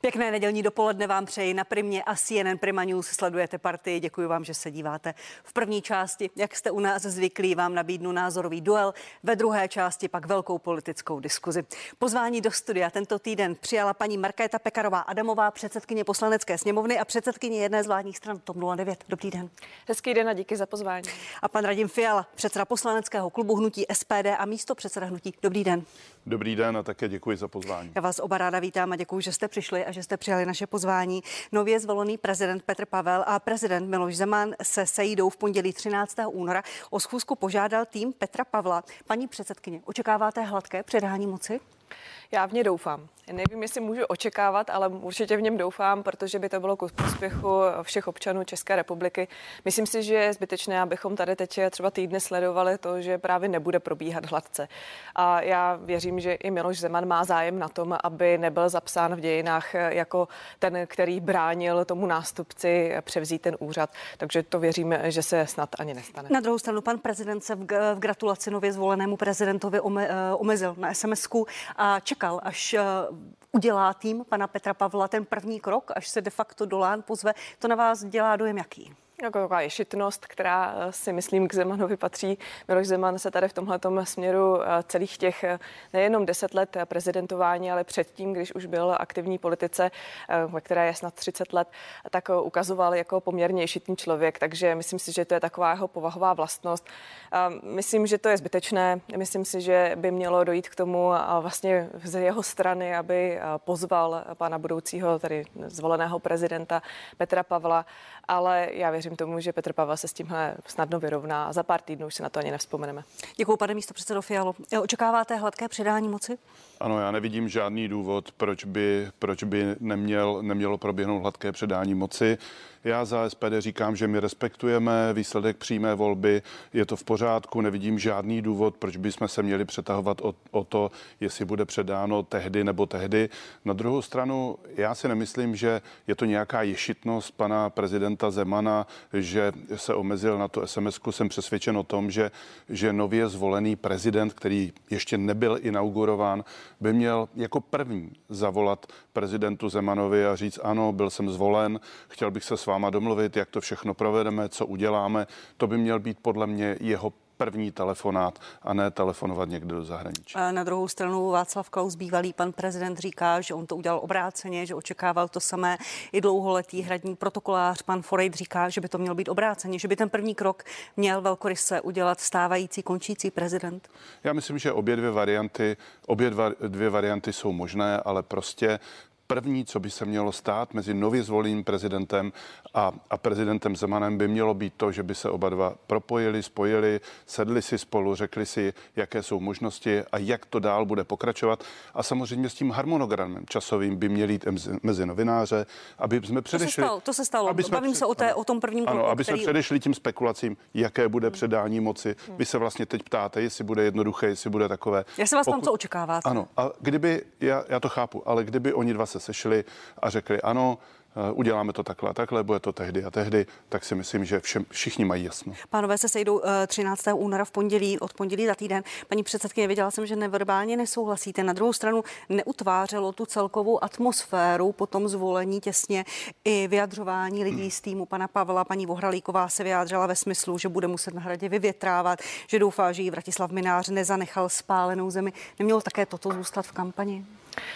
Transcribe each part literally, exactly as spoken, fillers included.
Pěkné nedělní dopoledne vám přeji. Na Primě a C N N Prima News sledujete Partii. Děkuji vám, že se díváte. V první části, jak jste u nás zvyklí, vám nabídnu názorový duel. Ve druhé části pak velkou politickou diskuzi. Pozvání do studia tento týden přijala paní Markéta Pekarová Adamová, předsedkyně Poslanecké sněmovny a předsedkyně jedné z vládních stran TOP nula devět. Dobrý den. Hezký den a díky za pozvání. A pan Radim Fiala, předseda poslaneckého klubu hnutí S P D a místo předseda hnutí. Dobrý den. Dobrý den a také děkuji za pozvání. Já vás oba ráda vítám a děkuji, že jste přišli a že jste přijali naše pozvání. Nově zvolený prezident Petr Pavel a prezident Miloš Zeman se sejdou v pondělí třináctého února. O schůzku požádal tým Petra Pavla. Paní předsedkyně, očekáváte hladké předání moci? Já v ně doufám. Nevím, jestli můžu očekávat, ale určitě v něm doufám, protože by to bylo ku prospěchu všech občanů České republiky. Myslím si, že je zbytečné, abychom tady teď třeba týdny sledovali to, že právě nebude probíhat hladce. A já věřím, že i Miloš Zeman má zájem na tom, aby nebyl zapsán v dějinách jako ten, který bránil tomu nástupci převzít ten úřad. Takže to věřím, že se snad ani nestane. Na druhou stranu pan prezident se v gratulaci nově zvolenému prezidentovi omezil na es em esku a čekal, až udělá tým pana Petra Pavla ten první krok, až se de facto Dolán pozve. To na vás dělá dojem jaký? Jako taková ješitnost, která si myslím k Zemanovi patří. Miloš Zeman se tady v tomhletom směru celých těch nejenom deset let prezidentování, ale předtím, když už byl aktivní politice, ve které je snad třicet let, tak ukazoval jako poměrně ješitný člověk, takže myslím si, že to je taková jeho povahová vlastnost. Myslím, že to je zbytečné. Myslím si, že by mělo dojít k tomu vlastně z jeho strany, aby pozval pana budoucího, tedy zvoleného prezidenta Petra Pavla, ale já věřím tomu, že Petr Pavel se s tímhle snadno vyrovná a za pár týdnů už se na to ani nevzpomeneme. Děkuji, pane místopředsedo Fialo. Očekáváte hladké předání moci? Ano, já nevidím žádný důvod, proč by, proč by neměl, nemělo proběhnout hladké předání moci. Já za S P D říkám, že my respektujeme výsledek přímé volby, je to v pořádku, nevidím žádný důvod, proč bychom se měli přetahovat o, o to, jestli bude předáno tehdy nebo tehdy. Na druhou stranu, já si nemyslím, že je to nějaká ješitnost pana prezidenta Zemana, že se omezil na tu es em esku. Jsem přesvědčen o tom, že, že nově zvolený prezident, který ještě nebyl inaugurován, by měl jako první zavolat prezidentu Zemanovi a říct, ano, byl jsem zvolen, chtěl bych se s váma domluvit, jak to všechno provedeme, co uděláme. To by měl být podle mě jeho první telefonát a ne telefonovat někde do zahraničí. Na druhou stranu Václav Klaus, bývalý pan prezident, říká, že on to udělal obráceně, že očekával to samé. I dlouholetý hradní protokolář pan Forejt říká, že by to mělo být obráceně, že by ten první krok měl velkoryse udělat stávající končící prezident. Já myslím, že obě dvě varianty, obě dva, dvě varianty jsou možné, ale prostě první, co by se mělo stát mezi nově zvoleným prezidentem a, a prezidentem Zemanem, by mělo být to, že by se oba dva propojili, spojili, sedli si spolu, řekli si, jaké jsou možnosti a jak to dál bude pokračovat. A samozřejmě s tím harmonogramem časovým by měli jít mezi novináře, aby jsme předešli... To se stalo, to se stalo. Bavím před, se o, té, o tom prvním kroku, ano, aby který... jsme předešli tím spekulacím, jaké bude předání moci. Hmm. Vy se vlastně teď ptáte, jestli bude jednoduché, jestli bude takové... Já se vás Pokud... tam, co očekáváte. Ano, a kdyby, já, já to chápu, ale kdyby oni dva se sešli a řekli ano, uděláme to takhle a takhle, bude to tehdy a tehdy, tak si myslím, že všem, všichni mají jasno. Pánové se sejdou třináctého února v pondělí, od pondělí za týden. Paní předsedkyně, viděla jsem, že neverbálně nesouhlasíte. Na druhou stranu neutvářelo tu celkovou atmosféru po tom zvolení těsně i vyjadřování lidí z týmu pana Pavla. Paní Vohralíková se vyjádřila ve smyslu, že bude muset na Hradě vyvětrávat, že doufá, že jí Vratislav Mynář nezanechal spálenou zemi. Nemělo také toto zůstat v kampani?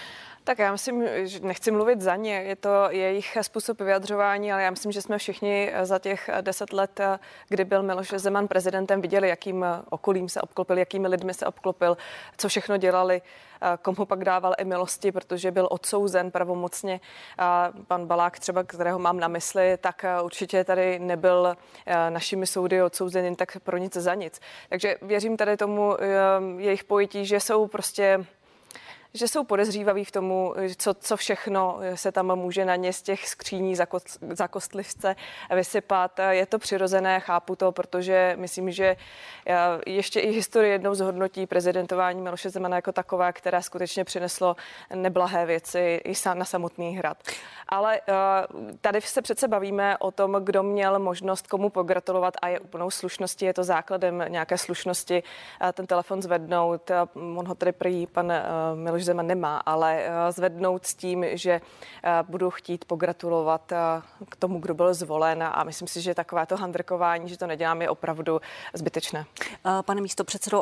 Tak já myslím, že nechci mluvit za ně, je to jejich způsob vyjadřování, ale já myslím, že jsme všichni za těch deset let, kdy byl Miloš Zeman prezidentem, viděli, jakým okolím se obklopil, jakými lidmi se obklopil, co všechno dělali, komu pak dával i milosti, protože byl odsouzen pravomocně. Pan Balák třeba, kterého mám na mysli, tak určitě tady nebyl našimi soudy odsouzen jen tak pro nic za nic. Takže věřím tady tomu jejich pojetí, že jsou prostě že jsou podezřívaví v tomu, co, co všechno se tam může na ně z těch skříní za, ko, za kostlivce vysypat. Je to přirozené, chápu to, protože myslím, že ještě i historie jednou zhodnotí prezidentování Miloše Zemana jako takové, které skutečně přineslo neblahé věci i na samotný hrad. Ale tady se přece bavíme o tom, kdo měl možnost komu pogratulovat a je úplnou slušností, je to základem nějaké slušnosti ten telefon zvednout. On ho tedy prý pan Miloš Miloš Zeman nemá, ale zvednout s tím, že budou chtít pogratulovat k tomu, kdo byl zvolen, a myslím si, že takovéto handrkování, že to nedělám, je opravdu zbytečné. Pane místopředsedo,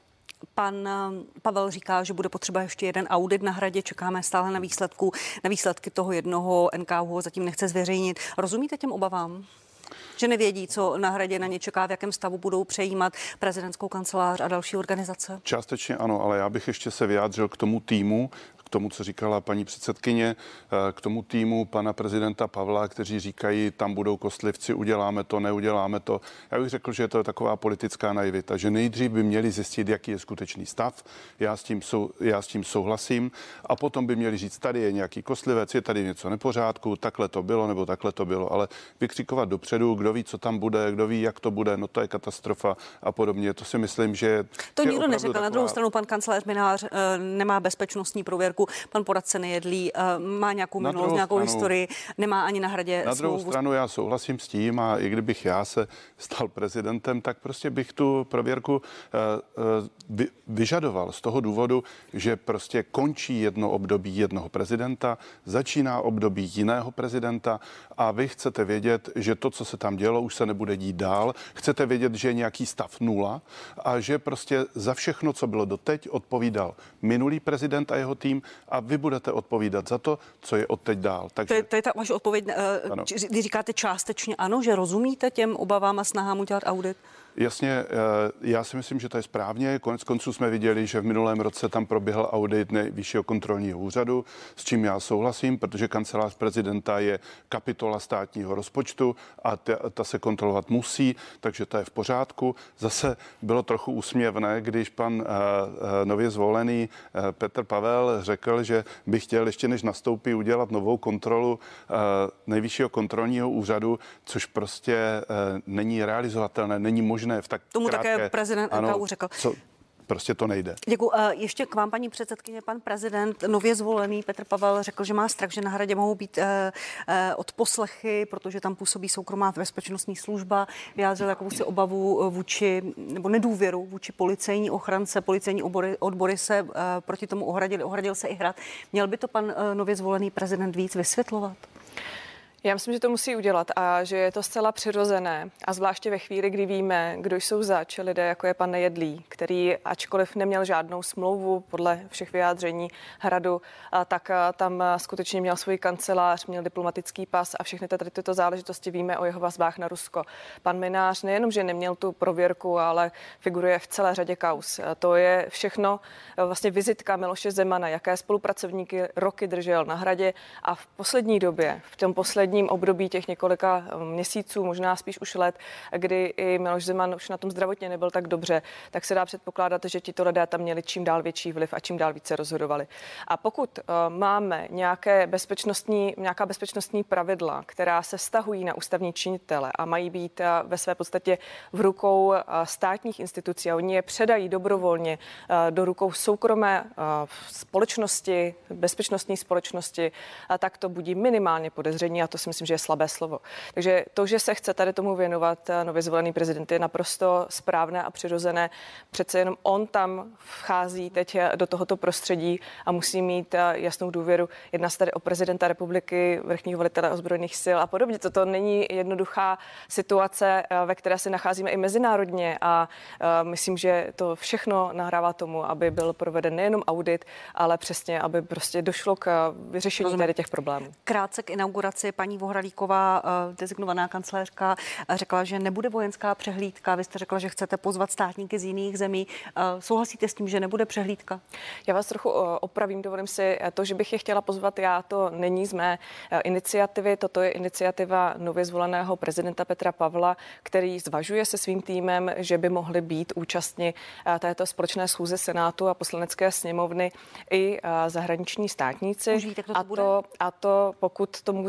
pan Pavel říká, že bude potřeba ještě jeden audit na Hradě. Čekáme stále na výsledku, na výsledky toho jednoho. N K U ho zatím nechce zveřejnit. Rozumíte těm obavám? Že nevědí, co na Hradě na ně čeká, v jakém stavu budou přejímat prezidentskou kancelář a další organizace? Částečně ano, ale já bych ještě se vyjádřil k tomu týmu, k tomu, co říkala paní předsedkyně, k tomu týmu pana prezidenta Pavla, kteří říkají, tam budou kostlivci, uděláme to, neuděláme to. Já bych řekl, že je to taková politická naivita, že nejdřív by měli zjistit, jaký je skutečný stav. Já s tím, sou, já s tím souhlasím. A potom by měli říct, tady je nějaký kostlivec, je tady něco nepořádku, takhle to bylo, nebo takhle to bylo. Ale vykřikovat dopředu, kdo ví, co tam bude, kdo ví, jak to bude, no to je katastrofa a podobně. To si myslím, že to nikdo neřekl. Taková... Na druhou stranu pan kancléř Mynář e, nemá bezpečnostní prověrku. Pan poradce Nejedlý uh, má nějakou minulost, nějakou stranu, historii, nemá ani na Hradě Na druhou smlouvu. stranu já souhlasím s tím, a i kdybych já se stal prezidentem, tak prostě bych tu prověrku uh, uh, vy, vyžadoval z toho důvodu, že prostě končí jedno období jednoho prezidenta, začíná období jiného prezidenta a vy chcete vědět, že to, co se tam dělo, už se nebude dít dál. Chcete vědět, že je nějaký stav nula a že prostě za všechno, co bylo doteď, odpovídal minulý prezident a jeho tým a vy budete odpovídat za to, co je odteď dál. Takže... To, je, to je ta vaše odpověď. Když říkáte částečně ano, že rozumíte těm obavám a snahám udělat audit? Jasně, já si myslím, že to je správně. Konec konců jsme viděli, že v minulém roce tam proběhl audit Nejvyššího kontrolního úřadu, s čím já souhlasím, protože kancelář prezidenta je kapitola státního rozpočtu a ta, ta se kontrolovat musí, takže to je v pořádku. Zase bylo trochu úsměvné, když pan uh, nově zvolený uh, Petr Pavel řekl, že by chtěl ještě než nastoupí udělat novou kontrolu uh, Nejvyššího kontrolního úřadu, což prostě uh, není realizovatelné, není možné. V tak Tomu krátké, také prezident N K U řekl. Co, prostě to nejde. Děkuji. Ještě k vám, paní předsedkyně, pan prezident nově zvolený Petr Pavel řekl, že má strach, že na Hradě mohou být eh, eh, odposlechy, protože tam působí soukromá bezpečnostní služba. Vyjádřil jakousi obavu vůči, nebo nedůvěru vůči policejní ochrance, policejní obory, odbory se eh, proti tomu ohradili, ohradil se i Hrad. Měl by to pan eh, nově zvolený prezident víc vysvětlovat? Já myslím, že to musí udělat a že je to zcela přirozené. A zvláště ve chvíli, kdy víme, kdo jsou zač, lidé jako je pan Nejedlý, který ačkoliv neměl žádnou smlouvu podle všech vyjádření Hradu, tak tam skutečně měl svůj kancelář, měl diplomatický pas a všechny tady tyto záležitosti víme o jeho vazbách na Rusko. Pan Mynář nejenom, že neměl tu prověrku, ale figuruje v celé řadě kauz. To je všechno vlastně vizitka Miloše Zemana, jaké spolupracovníky roky držel na Hradě a v poslední době, v tom posledním období těch několika měsíců, možná spíš už let, kdy i Miloš Zeman už na tom zdravotně nebyl tak dobře, tak se dá předpokládat, že tito lidé tam měli čím dál větší vliv a čím dál více rozhodovali. A pokud uh, máme nějaké bezpečnostní, nějaká bezpečnostní pravidla, která se vztahují na ústavní činitele a mají být uh, ve své podstatě v rukou uh, státních institucí a oni je předají dobrovolně uh, do rukou soukromé uh, společnosti, bezpečnostní společnosti, uh, tak to budí minimálně podezření a to si myslím, že je slabé slovo. Takže to, že se chce tady tomu věnovat nově zvolený prezident, je naprosto správné a přirozené. Přece jenom on tam vchází teď do tohoto prostředí a musí mít jasnou důvěru. Jedná se tady o prezidenta republiky, vrchního velitele ozbrojených sil a podobně. Toto není jednoduchá situace, ve které se nacházíme i mezinárodně a myslím, že to všechno nahrává tomu, aby byl proveden nejenom audit, ale přesně, aby prostě došlo k vyřešení tady těch problémů. Krátce k inauguraci. Paní Vohralíková, designovaná kancléřka, řekla, že nebude vojenská přehlídka. Vy jste řekla, že chcete pozvat státníky z jiných zemí. Souhlasíte s tím, že nebude přehlídka? Já vás trochu opravím, dovolím si to, že bych je chtěla pozvat já, to není z mé iniciativy. Toto je iniciativa nově zvoleného prezidenta Petra Pavla, který zvažuje se svým týmem, že by mohli být účastni této společné schůze Senátu a Poslanecké sněmovny i zahraniční státníci. Už víte, kdo to a, bude? to, a to, pokud tomu tak bude,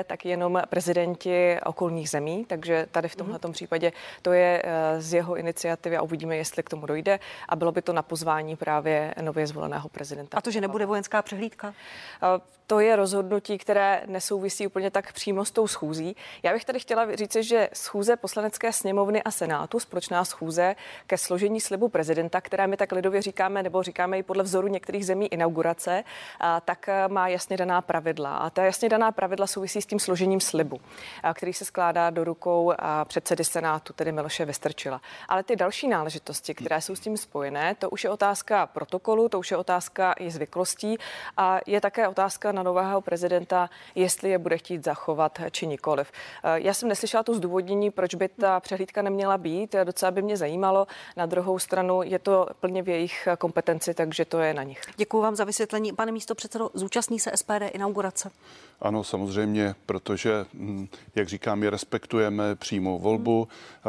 nebude, tak jenom prezidenti okolních zemí, takže tady v tomhletom případě to je z jeho iniciativy a uvidíme, jestli k tomu dojde a bylo by to na pozvání právě nově zvoleného prezidenta. A to, že nebude vojenská přehlídka? To je rozhodnutí, které nesouvisí úplně tak přímo s tou schůzí. Já bych tady chtěla říct, že schůze Poslanecké sněmovny a Senátu, společná schůze ke složení slibu prezidenta, které my tak lidově říkáme, nebo říkáme i podle vzoru některých zemí inaugurace, tak má jasně daná pravidla. A ta jasně daná pravidla souvisí s tím složením slibu, který se skládá do rukou předsedy Senátu, tedy Miloše Vystrčila. Ale ty další náležitosti, které jsou s tím spojené, to už je otázka protokolu, to už je otázka i zvyklostí a je také otázka na nového prezidenta, jestli je bude chtít zachovat či nikoliv. Já jsem neslyšela to zdůvodnění, proč by ta přehlídka neměla být, docela by mě zajímalo. Na druhou stranu je to plně v jejich kompetenci, takže to je na nich. Děkuji vám za vysvětlení. Pane místopředsedo, zúčastní se S P D inaugurace? Ano, samozřejmě, protože, jak říkám, my respektujeme přímou volbu.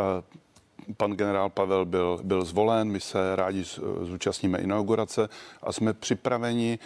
Pan generál Pavel byl, byl zvolen, my se rádi zúčastníme inaugurace a jsme připraveni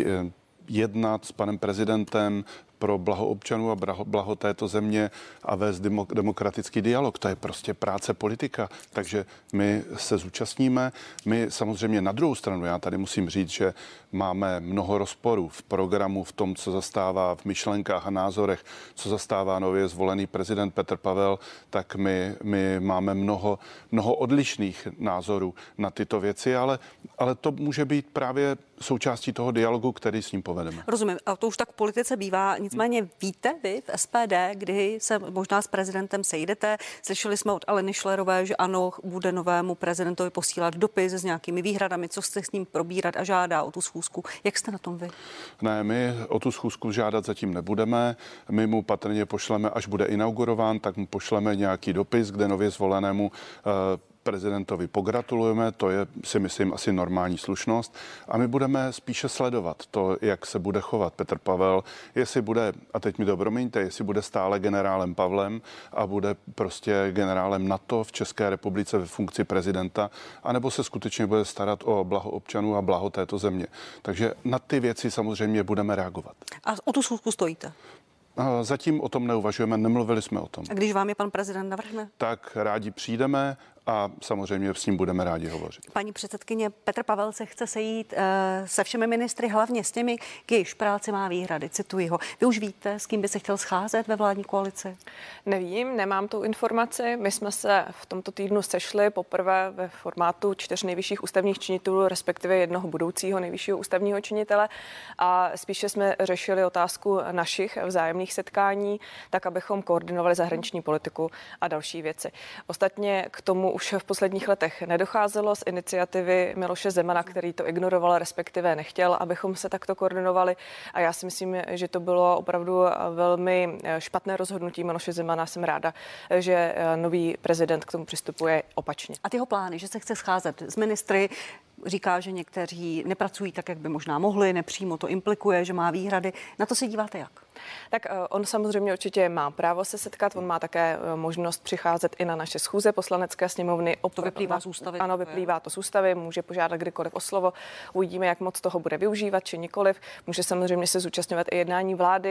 jednat s panem prezidentem pro blaho občanů a blaho této země a vést demokratický dialog. To je prostě práce politika. Takže my se zúčastníme. My samozřejmě na druhou stranu, já tady musím říct, že máme mnoho rozporů v programu, v tom, co zastává v myšlenkách a názorech, co zastává nově zvolený prezident Petr Pavel, tak my, my máme mnoho, mnoho odlišných názorů na tyto věci, ale, ale to může být právě součástí toho dialogu, který s ním povedeme. Rozumím, a to už tak v politice bývá. Nicméně víte vy v S P D, kdy se možná s prezidentem sejdete? Slyšeli jsme od Aleny Schillerové, že ano, bude novému prezidentovi posílat dopis s nějakými výhradami, co chce s ním probírat a žádá o tu schůzku. Jak jste na tom vy? Ne, my o tu schůzku žádat zatím nebudeme. My mu patrně pošleme, až bude inaugurován, tak mu pošleme nějaký dopis, kde nově zvolenému uh, prezidentovi pogratulujeme, to je, si myslím, asi normální slušnost a my budeme spíše sledovat to, jak se bude chovat Petr Pavel, jestli bude, a teď mi to promiňte, jestli bude stále generálem Pavlem a bude prostě generálem NATO v České republice ve funkci prezidenta, anebo se skutečně bude starat o blaho občanů a blaho této země. Takže na ty věci samozřejmě budeme reagovat. A o tu schůzku stojíte? Zatím o tom neuvažujeme, nemluvili jsme o tom. A když vám je pan prezident navrhne? Tak rádi přijdeme a samozřejmě s ním budeme rádi hovořit. Paní předsedkyně, Petr Pavel se chce sejít uh, se všemi ministry, hlavně s těmi, k jejichž práci má výhrady. Cituji ho. Vy už víte, s kým by se chtěl scházet ve vládní koalici? Nevím, nemám tu informaci. My jsme se v tomto týdnu sešli poprvé ve formátu čtyř nejvyšších ústavních činitelů, respektive jednoho budoucího nejvyššího ústavního činitele a spíše jsme řešili otázku našich vzájemných setkání, tak abychom koordinovali zahraniční politiku a další věci. Ostatně k tomu už v posledních letech nedocházelo z iniciativy Miloše Zemana, který to ignoroval, respektive nechtěl, abychom se takto koordinovali. A já si myslím, že to bylo opravdu velmi špatné rozhodnutí Miloše Zemana. Jsem ráda, že nový prezident k tomu přistupuje opačně. A ty jeho plány, že se chce scházet s ministry, říká, že někteří nepracují tak, jak by možná mohli, nepřímo to implikuje, že má výhrady. Na to se díváte jak? Tak on samozřejmě určitě má právo se setkat, on má také možnost přicházet i na naše schůze Poslanecké sněmovny. To vyplývá z ústavy. Ano, vyplývá to z ústavy, může požádat kdykoliv o slovo. Uvidíme, jak moc toho bude využívat, či nikoliv. Může samozřejmě se zúčastňovat i jednání vlády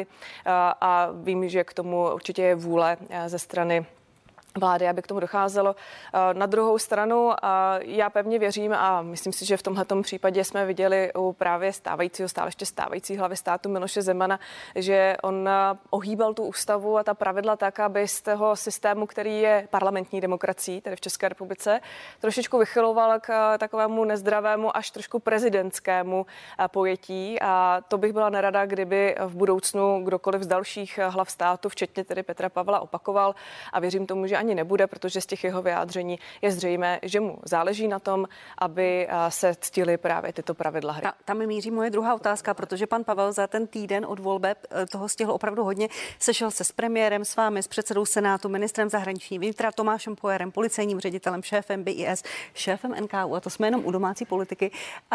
a vím, že k tomu určitě je vůle ze strany vlády, aby k tomu docházelo. Na druhou stranu já pevně věřím a myslím si, že v tomhletom případě jsme viděli u právě stávajícího, stále ještě stávající hlavy státu Miloše Zemana, že on ohýbal tu ústavu a ta pravidla tak, aby z toho systému, který je parlamentní demokracií, tedy v České republice, trošičku vychyloval k takovému nezdravému až trošku prezidentskému pojetí a to bych byla nerada, kdyby v budoucnu kdokoliv z dalších hlav státu, včetně tedy Petra Pavla, opakoval a věřím tomu, že ani nebude, protože z těch jeho vyjádření je zřejmé, že mu záleží na tom, aby se ctily právě tyto pravidla hry. Ta, tam mi míří moje druhá otázka, protože pan Pavel za ten týden od voleb toho stihl opravdu hodně. Sešel se s premiérem, s vámi, s předsedou Senátu, ministrem zahraničí vnitra Tomášem Pojerem, policejním ředitelem, šéfem B I S, šéfem N K U, a to jsme jenom u domácí politiky. A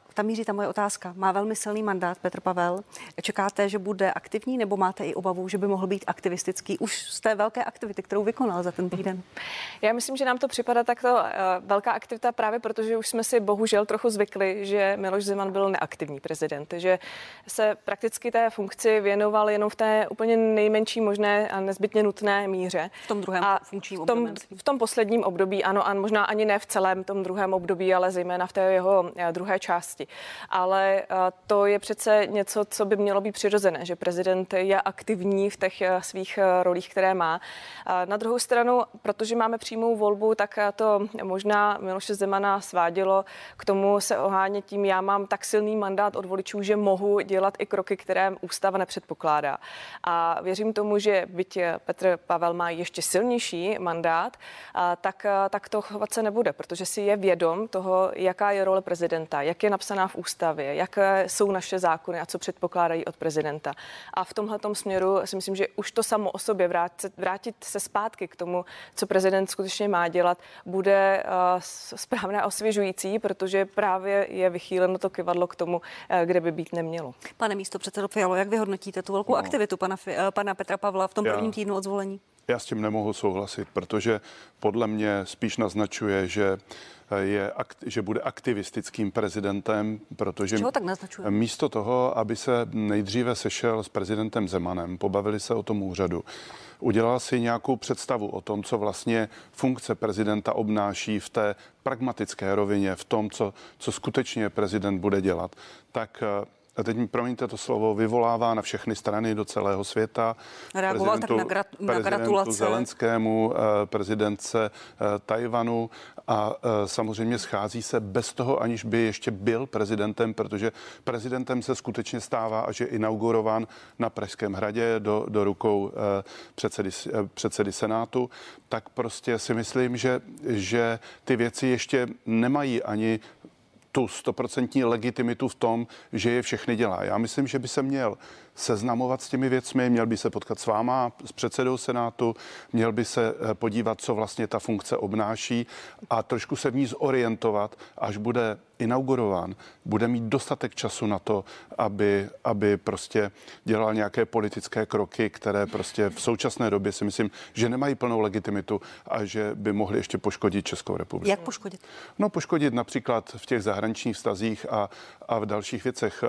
tam míří ta moje otázka. Má velmi silný mandát Petr Pavel. Čekáte, že bude aktivní, nebo máte i obavu, že by mohl být aktivistický už z té velké aktivity, kterou vykonal za ten týden? Já myslím, že nám to připadá takto uh, velká aktivita právě protože už jsme si bohužel trochu zvykli, že Miloš Zeman byl neaktivní prezident, že se prakticky té funkci věnoval jenom v té úplně nejmenší možné a nezbytně nutné míře. V tom druhém a funkčním v tom, období. v tom posledním období, ano, a možná ani ne v celém tom druhém období, ale zejména v té jeho uh, druhé části. Ale uh, to je přece něco, co by mělo být přirozené, že prezident je aktivní v těch uh, svých uh, rolích, které má. Uh, na druhou stranu, protože máme přímou volbu, tak uh, to možná Miloše Zemana svádělo k tomu se ohánět tím, já mám tak silný mandát od voličů, že mohu dělat i kroky, které ústava nepředpokládá. A věřím tomu, že byť Petr Pavel má ještě silnější mandát, uh, tak, uh, tak to chovat se nebude, protože si je vědom toho, jaká je role prezidenta, jak je napsaná v ústavě, jaké jsou naše zákony a co předpokládají od prezidenta. A v tomhletom směru si myslím, že už to samo o sobě vrátit, vrátit se zpátky k tomu, co prezident skutečně má dělat, bude uh, správné a osvěžující, protože právě je vychýleno to kyvadlo k tomu, uh, kde by být nemělo. Pane místopředsedo Fialo, jak vyhodnotíte tu velkou no. aktivitu pana, pana Petra Pavla v tom Já. prvním týdnu od zvolení? Já s tím nemohu souhlasit, protože podle mě spíš naznačuje, že je, že bude aktivistickým prezidentem, protože čeho tak naznačuje? Místo toho, aby se nejdříve sešel s prezidentem Zemanem, pobavili se o tom úřadu, udělal si nějakou představu o tom, co vlastně funkce prezidenta obnáší v té pragmatické rovině, v tom, co, co skutečně prezident bude dělat, tak a teď mi promiňte to slovo, vyvolává na všechny strany do celého světa. Reagoval tak na, gra- na gratulace. Zelenskému, prezidentce Tajvanu a samozřejmě schází se bez toho, aniž by ještě byl prezidentem, protože prezidentem se skutečně stává, až je inaugurován na Pražském hradě do, do rukou předsedy, předsedy Senátu, tak prostě si myslím, že, že ty věci ještě nemají ani tu stoprocentní legitimitu v tom, že je všechny dělá. Já myslím, že by se měl seznamovat s těmi věcmi, měl by se potkat s váma, s předsedou Senátu, měl by se podívat, co vlastně ta funkce obnáší a trošku se v ní zorientovat, až bude inaugurován, bude mít dostatek času na to, aby, aby prostě dělal nějaké politické kroky, které prostě v současné době si myslím, že nemají plnou legitimitu a že by mohly ještě poškodit Českou republiku. Jak poškodit? No poškodit například v těch zahraničních vztazích a, a v dalších věcech.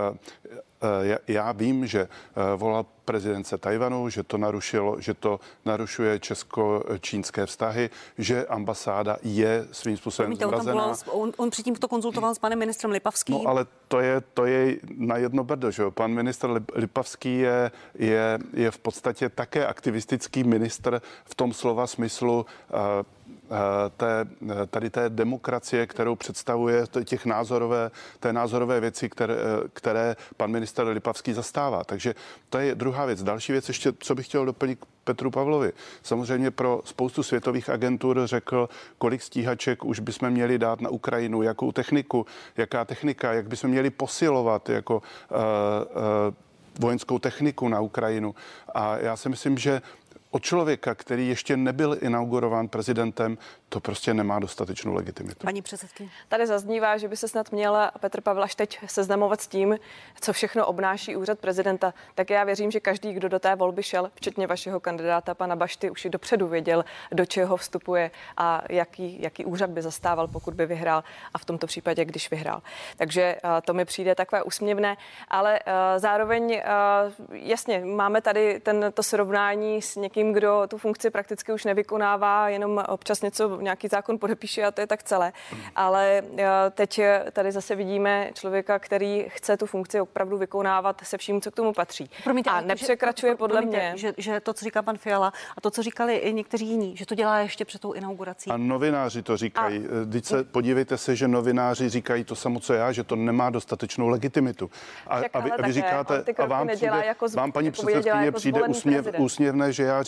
Já vím, že volal prezidence Tajvanu, že to narušilo, že to narušuje česko-čínské vztahy, že ambasáda je svým způsobem zmrazená. On, on předtím to konzultoval s panem ministrem Lipavským. No ale to je, to je na jedno brdo, že jo. Pan ministr Lipavský je, je, je v podstatě také aktivistický ministr v tom slova smyslu uh, Té, tady té demokracie, kterou představuje těch názorové, té názorové věci, které, které pan ministr Lipavský zastává. Takže to je druhá věc. Další věc ještě, co bych chtěl doplnit k Petru Pavlovi. Samozřejmě pro spoustu světových agentur řekl, kolik stíhaček už bychom měli dát na Ukrajinu, jakou techniku, jaká technika, jak bychom měli posilovat jako uh, uh, vojenskou techniku na Ukrajinu. A já si myslím, že od člověka, který ještě nebyl inaugurován prezidentem, to prostě nemá dostatečnou legitimitu. Paní předsedkyně. Tady zaznívá, že by se snad měla Petr Pavel až teď seznamovat s tím, co všechno obnáší úřad prezidenta. Tak já věřím, že každý, kdo do té volby šel, včetně vašeho kandidáta pana Bašty, už i dopředu věděl, do čeho vstupuje a jaký, jaký úřad by zastával, pokud by vyhrál a v tomto případě, když vyhrál. Takže uh, to mi přijde takové úsměvné, ale uh, zároveň uh, jasně, máme tady tento srovnání s někým, kdo tu funkci prakticky už nevykonává, jenom občas něco, nějaký zákon podepíše a to je tak celé. Ale teď tady zase vidíme člověka, který chce tu funkci opravdu vykonávat se vším, co k tomu patří. Promiňte, a nepřekračuje že, podle promiňte, mě. Že, že to, co říká pan Fiala a to, co říkali i někteří jiní, že to dělá ještě před tou inaugurací. A novináři to říkají. A... Teď se podívejte se, že novináři říkají to samo, co já, že to nemá dostatečnou legitimitu. A, Však, a, vy, a vy také, říkáte, a vám, přijde, jako z, vám paní jako předsedkyně jako přijde úsměv, úsměvné, že já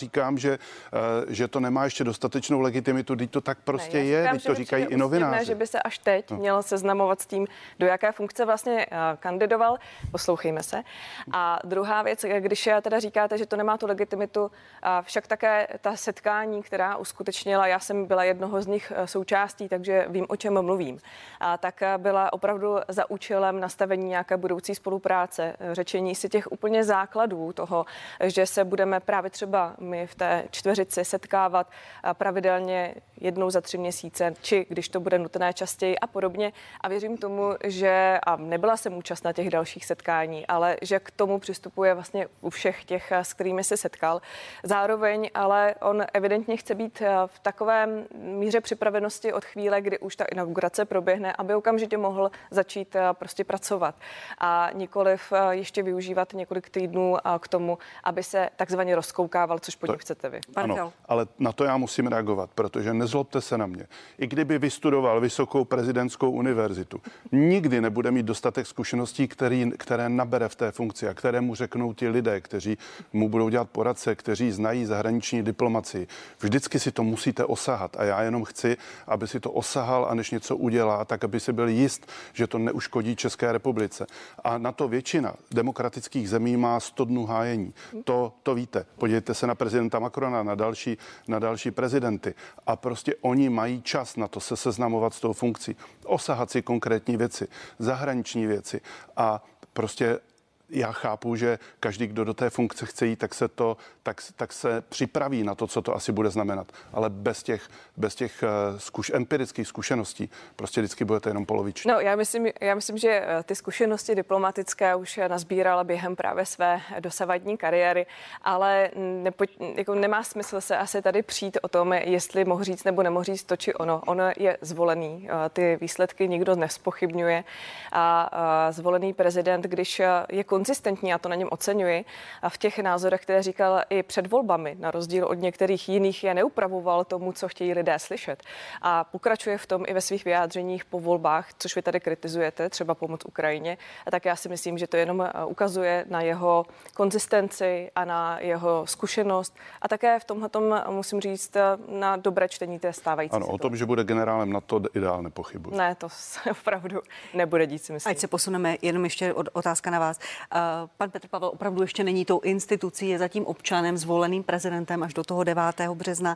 říkám, že, že to nemá ještě dostatečnou legitimitu, teď to tak prostě ne, je, teď to říkají i novináři. Že by se až teď no. měl seznamovat s tím, do jaké funkce vlastně kandidoval. Poslouchejme se. A druhá věc, když teda říkáte, že to nemá tu legitimitu, však také ta setkání, která uskutečnila, já jsem byla jednoho z nich součástí, takže vím, o čem mluvím, a tak byla opravdu za účelem nastavení nějaké budoucí spolupráce, řečení si těch úplně základů toho, že se budeme právě třeba my v té čtveřici setkávat pravidelně jednou za tři měsíce, či když to bude nutné častěji a podobně. A věřím tomu, že, a nebyla jsem účastna těch dalších setkání, ale že k tomu přistupuje vlastně u všech těch, s kterými se setkal. Zároveň ale on evidentně chce být v takovém míře připravenosti od chvíle, kdy už ta inaugurace proběhne, aby okamžitě mohl začít prostě pracovat a nikoliv ještě využívat několik týdnů k tomu, aby se takzvaně rozkoukával, což po něm chcete vy. Ano, ale na to já musím reagovat, protože nezlobte se na mě. I kdyby vystudoval Vysokou prezidentskou univerzitu, nikdy nebude mít dostatek zkušeností, který, které nabere v té funkci a které mu řeknou ti lidé, kteří mu budou dělat poradce, kteří znají zahraniční diplomacii. Vždycky si to musíte osahat a já jenom chci, aby si to osahal a než něco udělá, tak aby si byl jist, že to neuškodí České republice. A na to většina demokratických zemí má sto dnů hájení. To, to víte. Podívejte se na prezidenta Macrona, na další, na další prezidenty. A prostě oni mají čas na to se seznamovat s tou funkcí, osahat si konkrétní věci, zahraniční věci a prostě já chápu, že každý, kdo do té funkce chce jít, tak se to, tak, tak se připraví na to, co to asi bude znamenat. Ale bez těch, bez těch zkuš, empirických zkušeností prostě vždycky budete jenom poloviční. No, já myslím, já myslím, že ty zkušenosti diplomatické už nazbírala během právě své dosavadní kariéry, ale nepo, jako nemá smysl se asi tady přijít o tom, jestli mohl říct nebo nemohl říct to či ono. On je zvolený, ty výsledky nikdo nespochybňuje a, a zvolený prezident, když je konzistentní, já to na něm oceňuji, a v těch názorech, které říkal i před volbami, na rozdíl od některých jiných, je neupravoval tomu, co chtějí lidé slyšet. A pokračuje v tom i ve svých vyjádřeních po volbách, což vy tady kritizujete, třeba pomoc Ukrajině. A tak já si myslím, že to jenom ukazuje na jeho konzistenci a na jeho zkušenost a také v tomhletom musím říct na dobré čtení té stávající Ano, situace. O tom, že bude generálem NATO, ideál nepochybuji. Ne, to opravdu nebude dít, si myslím. Ať se posuneme, jenom ještě otázka na vás. Pan Petr Pavel opravdu ještě není tou institucí, je zatím občanem zvoleným prezidentem až do toho devátého března.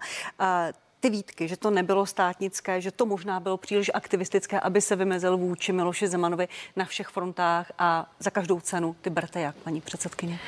Ty výtky, že to nebylo státnické, že to možná bylo příliš aktivistické, aby se vymezil vůči Miloši Zemanovi na všech frontách a za každou cenu, ty berte jak, paní předsedkyně?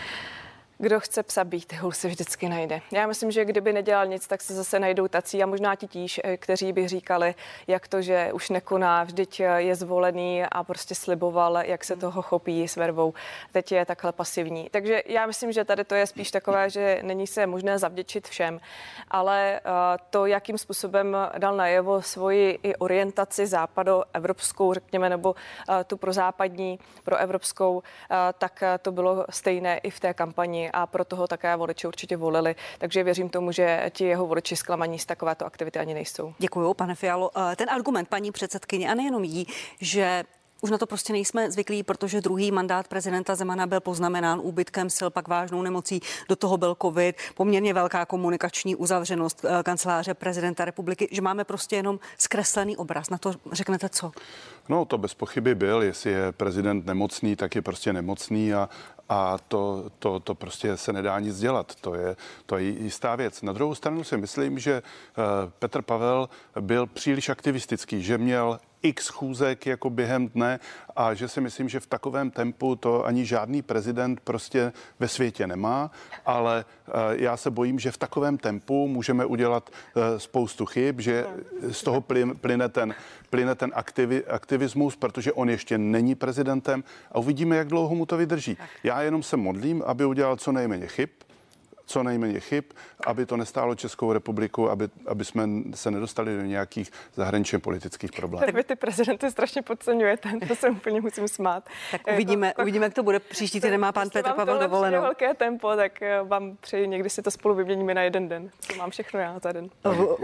Kdo chce psa být, hůl se vždycky najde. Já myslím, že kdyby nedělal nic, tak se zase najdou tací a možná titíž, kteří by říkali, jak to, že už nekoná, vždyť je zvolený a prostě sliboval, jak se toho chopí s vervou. Teď je takhle pasivní. Takže já myslím, že tady to je spíš takové, že není se možné zavděčit všem, ale to, jakým způsobem dal najevo svoji i orientaci západoevropskou, řekněme, nebo tu prozápadní, proevropskou, tak to bylo stejné i v té kampani. A proto ho také voliči určitě volili. Takže věřím tomu, že ti jeho voliči zklamaní z takovéto aktivity ani nejsou. Děkuju, pane Fialo. Ten argument paní předsedkyně, a nejenom jí, že už na to prostě nejsme zvyklí, protože druhý mandát prezidenta Zemana byl poznamenán úbytkem sil, pak vážnou nemocí, do toho byl covid, poměrně velká komunikační uzavřenost kanceláře prezidenta republiky, že máme prostě jenom zkreslený obraz. Na to řeknete co? No, to bez pochyby byl. Jestli je prezident nemocný, tak je prostě nemocný a A to, to, to prostě se nedá nic dělat. To je, to je jistá věc. Na druhou stranu si myslím, že Petr Pavel byl příliš aktivistický, že měl x schůzek jako během dne a že si myslím, že v takovém tempu to ani žádný prezident prostě ve světě nemá, ale já se bojím, že v takovém tempu můžeme udělat spoustu chyb, že z toho plyne ten, plyne ten aktivi, aktivismus, protože on ještě není prezidentem a uvidíme, jak dlouho mu to vydrží. Já jenom se modlím, aby udělal co nejméně chyb, co nejméně chyb, aby to nestálo Českou republiku, aby, aby jsme se nedostali do nějakých zahraničně politických problémů. Tak vy ty prezidenty strašně podceňujete, to se úplně musím smát. Tak uvidíme, jako, uvidíme, jak to bude. Příští týden má pan Petr Pavel dovolenou. Velké tempo, tak vám přeji, někdy si to spolu vyměníme na jeden den. Co mám všechno já za den.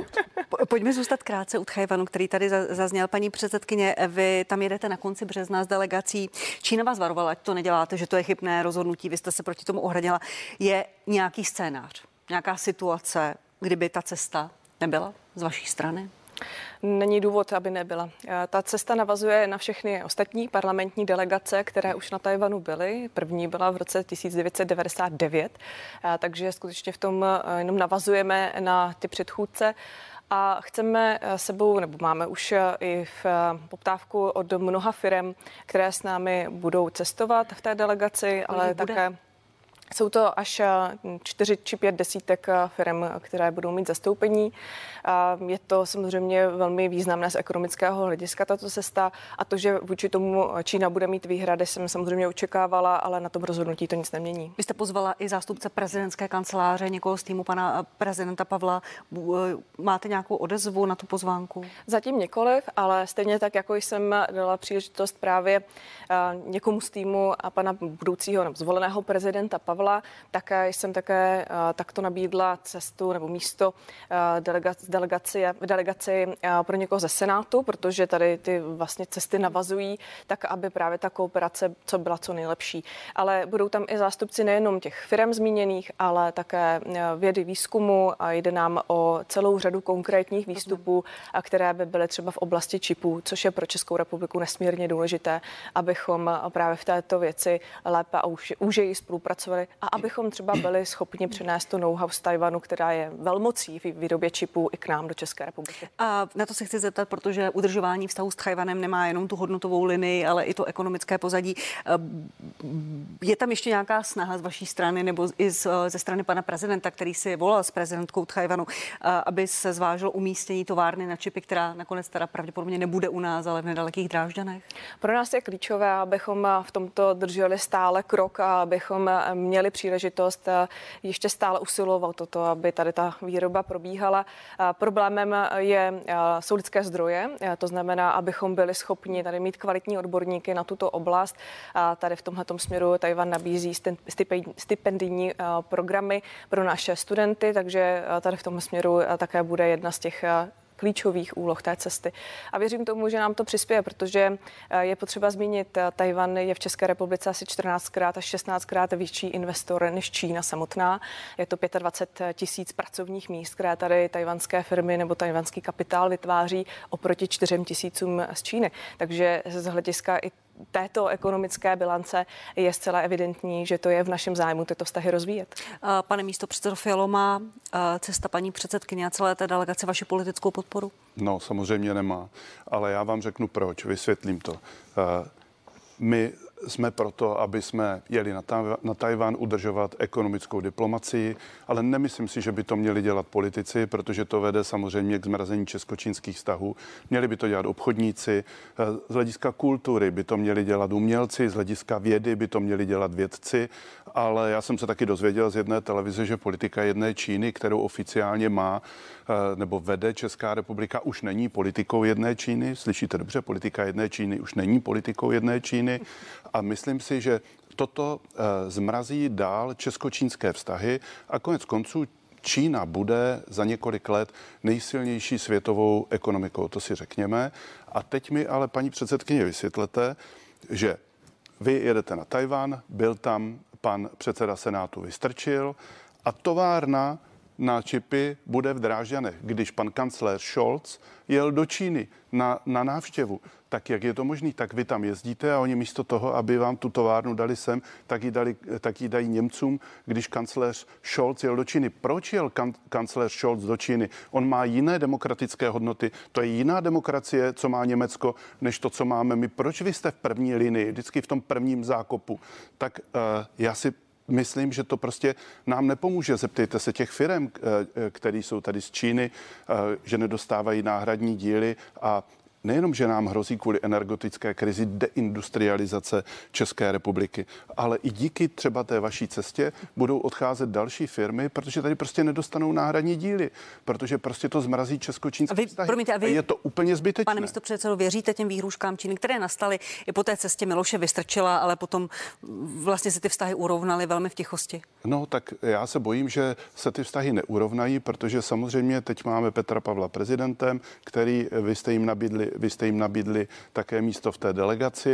Pojďme zůstat krátce u Tchajvanu, který tady zazněl. Paní předsedkyně, vy tam jedete na konci března s delegací. Čína vás varovala, ať to neděláte, že to je chybné rozhodnutí, vy jste se proti tomu ohradila. Je nějaký scénář, nějaká situace, kdyby ta cesta nebyla z vaší strany? Není důvod, aby nebyla. Ta cesta navazuje na všechny ostatní parlamentní delegace, které už na Tchaj-wanu byly. První byla v roce tisíc devět set devadesát devět, takže skutečně v tom jenom navazujeme na ty předchůdce. A chceme sebou, nebo máme už i v poptávku od mnoha firem, které s námi budou cestovat v té delegaci, ale také jsou to až čtyři či pět desítek firm, které budou mít zastoupení. Je to samozřejmě velmi významné z ekonomického hlediska tato cesta a to, že vůči tomu Čína bude mít výhrady, jsem samozřejmě očekávala, ale na tom rozhodnutí to nic nemění. Vy jste pozvala i zástupce prezidentské kanceláře, někoho z týmu pana prezidenta Pavla. Máte nějakou odezvu na tu pozvánku? Zatím nikoliv, ale stejně tak, jako jsem dala příležitost právě někomu z týmu a pana budoucího nebo zvoleného prezidenta Pavla, tak jsem také takto nabídla cestu nebo místo delegaci, delegaci, delegaci pro někoho ze Senátu, protože tady ty vlastně cesty navazují, tak aby právě ta kooperace co byla co nejlepší. Ale budou tam i zástupci nejenom těch firem zmíněných, ale také vědy, výzkumu a jde nám o celou řadu konkrétních výstupů, které by byly třeba v oblasti čipů, což je pro Českou republiku nesmírně důležité, abychom právě v této věci lépe a úžeji spolupracovali a abychom třeba byli schopni přenést to know-how z Tchaj-wanu, která je velmocí v výrobě čipů, i k nám do České republiky. A na to se chci zeptat, protože udržování vztahu s Tchaj-wanem nemá jenom tu hodnotovou linii, ale i to ekonomické pozadí. Je tam ještě nějaká snaha z vaší strany nebo i z, ze strany pana prezidenta, který si volal s prezidentkou Tchaj-wanu, aby se zvážilo umístění továrny na čipy, která nakonec teda pravděpodobně nebude u nás, ale v nedalekých Drážďanech? Pro nás je klíčové, abychom v tomto drželi stále krok a abychom měli příležitost ještě stále usilovat o to, aby tady ta výroba probíhala. Problémem je, jsou lidské zdroje, to znamená, abychom byli schopni tady mít kvalitní odborníky na tuto oblast. Tady v tomhletom směru Tchaj-wan nabízí stipendijní programy pro naše studenty, takže tady v tom směru také bude jedna z těch klíčových úloh té cesty. A věřím tomu, že nám to přispěje, protože je potřeba zmínit, Tchaj-wan je v České republice asi čtrnáctkrát až šestnáctkrát větší investor než Čína samotná. Je to dvacet pět tisíc pracovních míst, které tady tchajwanské firmy nebo tchajwanský kapitál vytváří oproti čtyřem tisícům z Číny. Takže z hlediska i této ekonomické bilance je zcela evidentní, že to je v našem zájmu tyto vztahy rozvíjet. Pane místopředsedo Fialo, má cesta paní předsedkyně a celé té delegace vaši politickou podporu? No, samozřejmě nemá, ale já vám řeknu proč, vysvětlím to. My jsme proto, aby jsme jeli na, ta, na Tchaj-wan udržovat ekonomickou diplomacii, ale nemyslím si, že by to měli dělat politici, protože to vede samozřejmě k zmrazení česko-čínských vztahů. Měli by to dělat obchodníci, z hlediska kultury by to měli dělat umělci, z hlediska vědy by to měli dělat vědci, ale já jsem se taky dozvěděl z jedné televize, že politika jedné Číny, kterou oficiálně má nebo vede Česká republika, už není politikou jedné Číny. Slyšíte dobře, politika jedné Číny už není politikou jedné Číny. A myslím si, že toto zmrazí dál česko-čínské vztahy a konec konců Čína bude za několik let nejsilnější světovou ekonomikou, to si řekněme. A teď mi ale, paní předsedkyně, vysvětlete, že vy jedete na Tchaj-wan, byl tam pan předseda Senátu Vystrčil a továrna na čipy bude v Drážďanech. Když pan kancléř Scholz jel do Číny na, na návštěvu, tak jak je to možné? Tak vy tam jezdíte a oni místo toho, aby vám tu továrnu dali sem, tak ji, dali, tak ji dají Němcům, když kancléř Scholz jel do Číny. Proč jel kan, kancléř Scholz do Číny? On má jiné demokratické hodnoty. To je jiná demokracie, co má Německo, než to, co máme my. Proč vy jste v první linii, vždycky v tom prvním zákopu? Tak uh, já si myslím, že to prostě nám nepomůže. Zeptejte se těch firem, které jsou tady z Číny, že nedostávají náhradní díly a nejenom, že nám hrozí kvůli energetické krizi deindustrializace České republiky, ale i díky třeba té vaší cestě budou odcházet další firmy, protože tady prostě nedostanou náhradní díly, protože prostě to zmrazí česko-čínské vztahy. Promiňte, a vy, je to úplně zbytečné. Pane místopředsedo, věříte těm výhrůžkám Číny, které nastaly i po té cestě Miloše Vystrčila, ale potom vlastně se ty vztahy urovnaly velmi v tichosti? No, tak já se bojím, že se ty vztahy neurovnají, protože samozřejmě teď máme Petra Pavla prezidentem, který vy jste jim nabídli Vy jste jim nabídli také místo v té delegaci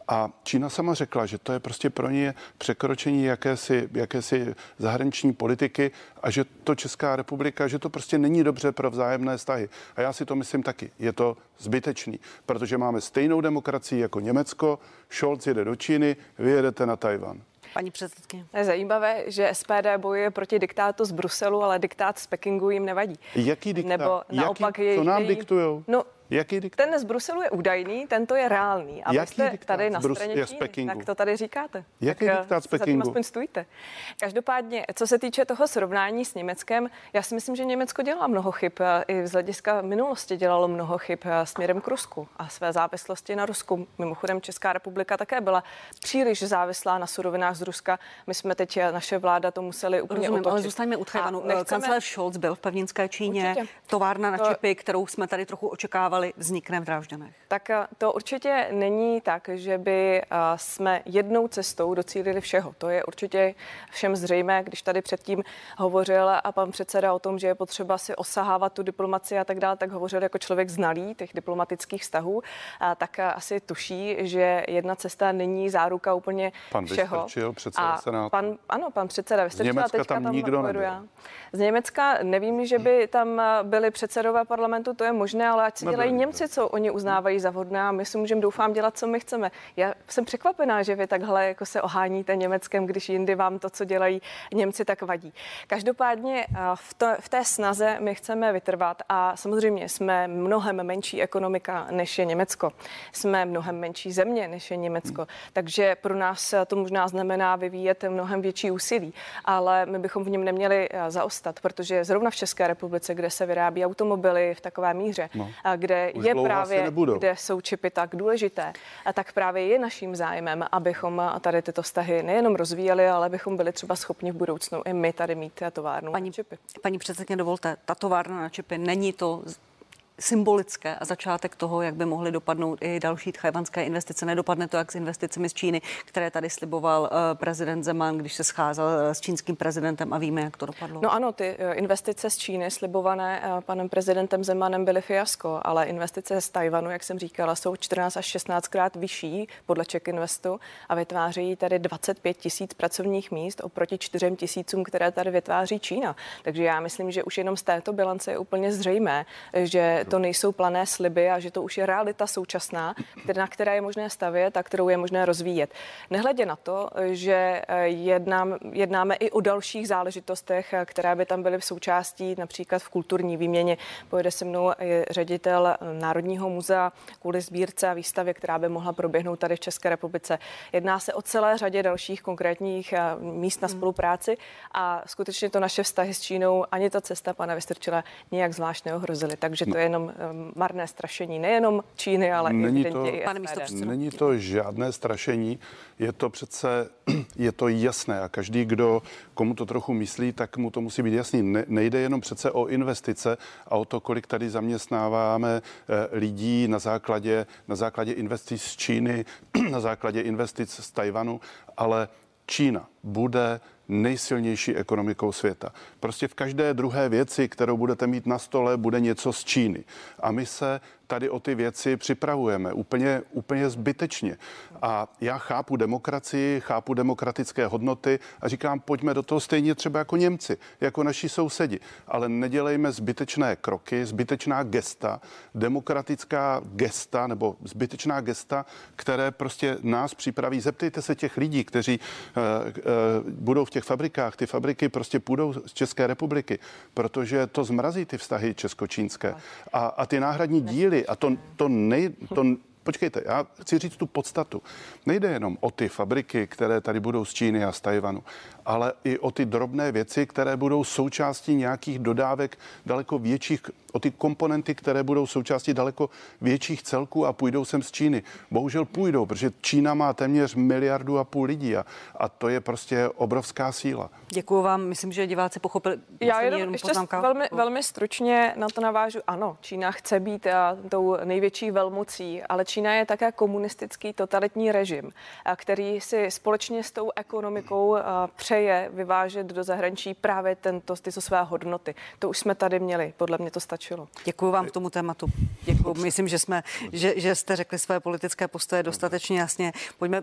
A Čína sama řekla, že to je prostě pro ně překročení jakési, jakési zahraniční politiky a že to Česká republika, že to prostě není dobře pro vzájemné vztahy. A já si to myslím taky. Je to zbytečný, protože máme stejnou demokracii jako Německo, Scholz jede do Číny, vy jedete na Tajvan. Paní předsedkyně. Je zajímavé, že S P D bojuje proti diktátu z Bruselu, ale diktát z Pekingu jim nevadí. Jaký diktát? Nebo naopak Jaký? Co nám diktujou? No, Jaký diktát? ten z Bruselu je údajný, tento je reálný. A vy jste tady na straně Číny, tak to tady říkáte. Jaký tak diktát z Pekingu? Pekingu? Aspoň stůjte. Každopádně, co se týče toho srovnání s Německem, já si myslím, že Německo dělá mnoho chyb. I z hlediska minulosti dělalo mnoho chyb směrem k Rusku a své závislosti na Rusku. Mimochodem Česká republika také byla příliš závislá na surovinách z Ruska. My jsme teď, naše vláda to museli úplně Rozumím, otočit. ale zůstaňme u Tchajvanu. Nechceme... Kancléř Scholz byl v pevninské Číně. Určitě. Továrna na To... čipy, kterou jsme tady trochu očekávali, vznikne v Drážďanech. Tak to určitě není tak, že by jsme jednou cestou docílili všeho. To je určitě všem zřejmé, když tady předtím hovořil a pan předseda o tom, že je potřeba si osahávat tu diplomaci a tak dále, tak hovořil jako člověk znalý těch diplomatických vztahů, a tak asi tuší, že jedna cesta není záruka úplně pan všeho. Vystrčil, předseda a Senátu. Pan, ano, pan předseda Vystrčil. Z Německa teďka tam, tam nikdo nebyl. Já. Z Německa nevím, že by tam byli předsedové parlamentu, to je možné, ale ať si dělají Němci, co oni uznávají za vhodné a my si můžeme, doufám, dělat, co my chceme. Já jsem překvapená, že vy takhle jako se oháníte Německem, když jindy vám to, co dělají Němci, tak vadí. Každopádně v, to, v té snaze my chceme vytrvat a samozřejmě jsme mnohem menší ekonomika, než je Německo. Jsme mnohem menší země, než je Německo. Takže pro nás to možná znamená vyvíjet mnohem větší úsilí, ale my bychom v něm neměli zaostat, protože zrovna v České republice, kde se vyrábí automobily v takové míře, no, kde je právě, kde jsou čipy tak důležité, a tak právě je naším zájmem, abychom tady tyto vztahy nejenom rozvíjeli, ale abychom byli třeba schopni v budoucnu i my tady mít továrnu paní, na čipy. Paní předsedkyně, dovolte, ta továrna na čipy není to symbolické a začátek toho, jak by mohly dopadnout i další tchajwanské investice. Nedopadne to jak s investicemi z Číny, které tady sliboval prezident Zeman, když se scházel s čínským prezidentem a víme, jak to dopadlo. No ano, ty investice z Číny slibované panem prezidentem Zemanem byly fiasko, ale investice z Tajvanu, jak jsem říkala, jsou čtrnáct až šestnáct krát vyšší podle Czech Investu a vytvářejí tady dvacet pět tisíc pracovních míst oproti čtyřem tisícům, které tady vytváří Čína. Takže já myslím, že už jenom z této bilance je úplně zřejmé, že to nejsou plané sliby a že to už je realita současná, na které je možné stavět a kterou je možné rozvíjet. Nehledě na to, že jednám, jednáme i o dalších záležitostech, které by tam byly v součástí, například v kulturní výměně. Pojede se mnou ředitel Národního muzea kvůli sbírce a výstavě, která by mohla proběhnout tady v České republice. Jedná se o celé řadě dalších konkrétních míst na spolupráci a skutečně to naše vztahy s Čínou ani ta cesta pana Vystrčila nijak zvlášť neohrozily. Takže to je jenom marné strašení nejenom Číny, ale není i to, i Není to žádné strašení, je to přece, je to jasné a každý, kdo komu to trochu myslí, tak mu to musí být jasný. Ne, nejde jenom přece o investice a o to, kolik tady zaměstnáváme lidí na základě, na základě investic z Číny, na základě investic z Tajvanu, ale Čína bude nejsilnější ekonomikou světa. Prostě v každé druhé věci, kterou budete mít na stole, bude něco z Číny. A my se tady o ty věci připravujeme úplně, úplně zbytečně. A já chápu demokracii, chápu demokratické hodnoty a říkám, pojďme do toho stejně třeba jako Němci, jako naši sousedi. Ale nedělejme zbytečné kroky, zbytečná gesta, demokratická gesta nebo zbytečná gesta, které prostě nás připraví. Zeptejte se těch lidí, kteří uh, uh, budou v těch fabrikách. Ty fabriky prostě půjdou z České republiky, protože to zmrazí ty vztahy česko-čínské. A, a ty náhradní díly, a to, to, nej, to počkejte, já chci říct tu podstatu. Nejde jenom o ty fabriky, které tady budou z Číny a z Tajvanu, ale i o ty drobné věci, které budou součástí nějakých dodávek daleko větších, o ty komponenty, které budou součástí daleko větších celků a půjdou sem z Číny. Bohužel půjdou, protože Čína má téměř miliardu a půl lidí a, a to je prostě obrovská síla. Děkuju vám, myslím, že diváci pochopili. Já jenom, jenom ještě velmi, velmi stručně na to navážu. Ano, Čína chce být a, tou největší velmocí, ale Čína je také komunistický totalitní režim, a, který si společně s tou ekonomikou a, přeje vyvážet do zahraničí právě tento, tyto své hodnoty. To už jsme tady měli, podle mě to stačí. stačilo. Děkuji vám k tomu tématu. Děkuji. Myslím, že jsme, že, že jste řekli své politické postoje dostatečně jasně. Pojďme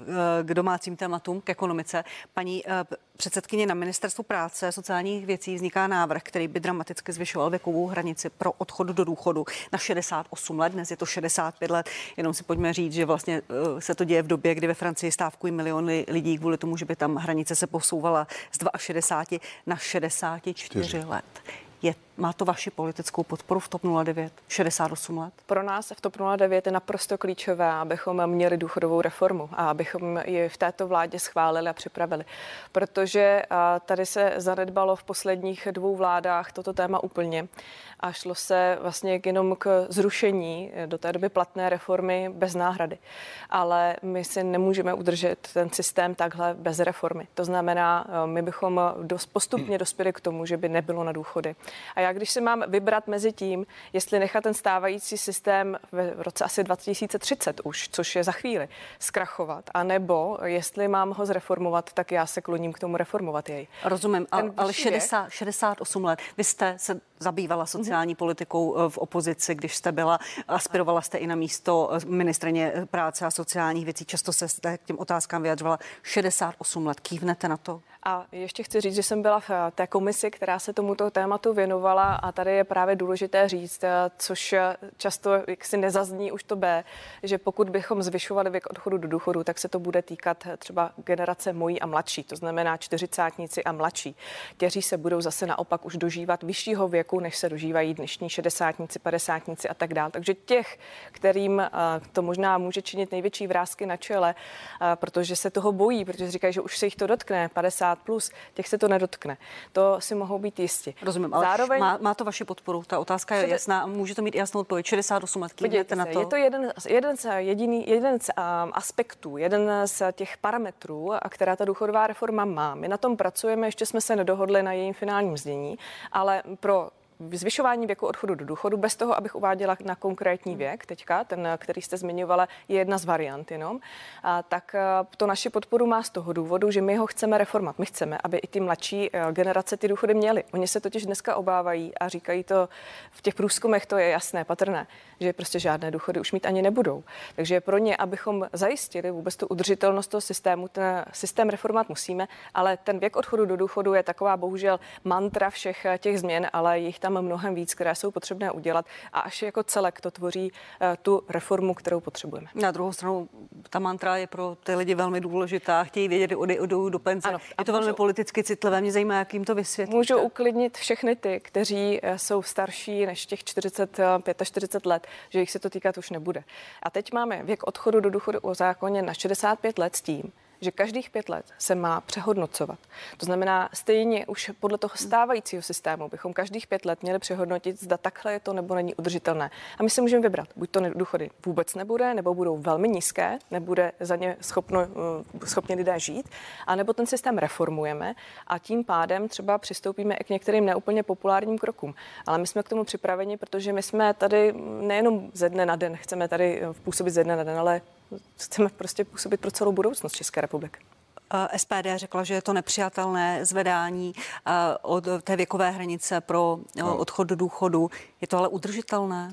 k domácím tématům, k ekonomice. Paní předsedkyně, na Ministerstvu práce a sociálních věcí vzniká návrh, který by dramaticky zvyšoval věkovou hranici pro odchod do důchodu na šedesát osm let. Dnes je to šedesát pět let. Jenom si pojďme říct, že vlastně se to děje v době, kdy ve Francii stávkují miliony lidí kvůli tomu, že by tam hranice se posouvala z šedesáti dva na šedesát čtyři let. Je, má to vaši politickou podporu v TOP nula devět? šedesát osm let? Pro nás v TOP nula devět je naprosto klíčové, abychom měli důchodovou reformu a abychom ji v této vládě schválili a připravili. Protože tady se zanedbalo v posledních dvou vládách toto téma úplně a šlo se vlastně jenom k zrušení do té doby platné reformy bez náhrady. Ale my si nemůžeme udržet ten systém takhle bez reformy. To znamená, my bychom dost postupně dospěli k tomu, že by nebylo na důchody. A já když si mám vybrat mezi tím, jestli nechat ten stávající systém v roce asi dva tisíce třicet už, což je za chvíli, zkrachovat, anebo jestli mám ho zreformovat, tak já se kloním k tomu reformovat jej. Rozumím, ale, ale šedesát, šedesát osm let. Vy jste se zabývala sociální mm-hmm. politikou v opozici, když jste byla, aspirovala jste i na místo ministryně práce a sociálních věcí. Často se jste k těm otázkám vyjadřovala. šedesát osm let. Kývnete na to? A ještě chci říct, že jsem byla v té komisi, která se tomuto tématu věnovala a tady je právě důležité říct, což často jaksi nezazní už to B, že pokud bychom zvyšovali věk odchodu do důchodu, tak se to bude týkat třeba generace mojí a mladší, to znamená čtyřicátníci a mladší, kteří se budou zase naopak už dožívat vyššího věku, než se dožívají dnešní šedesátníci, padesátníci a tak dále. Takže těch, kterým to možná může činit největší vrásky na čele, protože se toho bojí, protože říkají, že už se jich to dotkne, padesát plus, těch se to nedotkne. To si mohou být jisti. Rozumím, ale Zároveň... má, má to vaši podporu. Ta otázka je jasná a můžete mít jasnou odpověď. šedesát osm let, kývnete na to? Je to jeden, jeden z, jediný, jeden z um, aspektů, jeden z těch parametrů, a která ta důchodová reforma má. My na tom pracujeme, ještě jsme se nedohodli na jejím finálním znění, ale pro zvyšování věku odchodu do důchodu, bez toho, abych uváděla na konkrétní věk, teďka, ten, který jste zmiňovala, je jedna z variant jenom, a tak to naši podporu má z toho důvodu, že my ho chceme reformovat. My chceme, aby i ty mladší generace ty důchody měly. Oni se totiž dneska obávají a říkají to v těch průzkumech, to je jasné, patrné, že prostě žádné důchody už mít ani nebudou. Takže pro ně, abychom zajistili vůbec tu udržitelnost toho systému, ten systém reformovat musíme, ale ten věk odchodu do důchodu je taková bohužel mantra všech těch změn, ale jich tam mnohem víc, které jsou potřebné udělat a až jako celek to tvoří uh, tu reformu, kterou potřebujeme. Na druhou stranu ta mantra je pro ty lidi velmi důležitá, chtějí vědět, kdy odjdou do penze. Ano, je to můžu, velmi politicky citlivé, mě zajímá, jak jim to vysvětlíte. Můžu uklidnit všechny ty, kteří jsou starší než těch čtyřicet, čtyřicet pět let, že jich se to týkat už nebude. A teď máme věk odchodu do důchodu o zákoně na šedesát pět let s tím, že každých pět let se má přehodnocovat. To znamená, stejně už podle toho stávajícího systému bychom každých pět let měli přehodnotit, zda takhle je to nebo není udržitelné. A my si můžeme vybrat, buď to důchody vůbec nebude, nebo budou velmi nízké, nebude za ně schopno, schopni lidé žít, a nebo ten systém reformujeme a tím pádem třeba přistoupíme i k některým neúplně populárním krokům. Ale my jsme k tomu připraveni, protože my jsme tady nejenom ze dne na den, chceme tady působit ze dne na den, ale chceme prostě působit pro celou budoucnost České republiky. S P D řekla, že je to nepřijatelné zvedání od té věkové hranice pro odchod do důchodu. Je to ale udržitelné?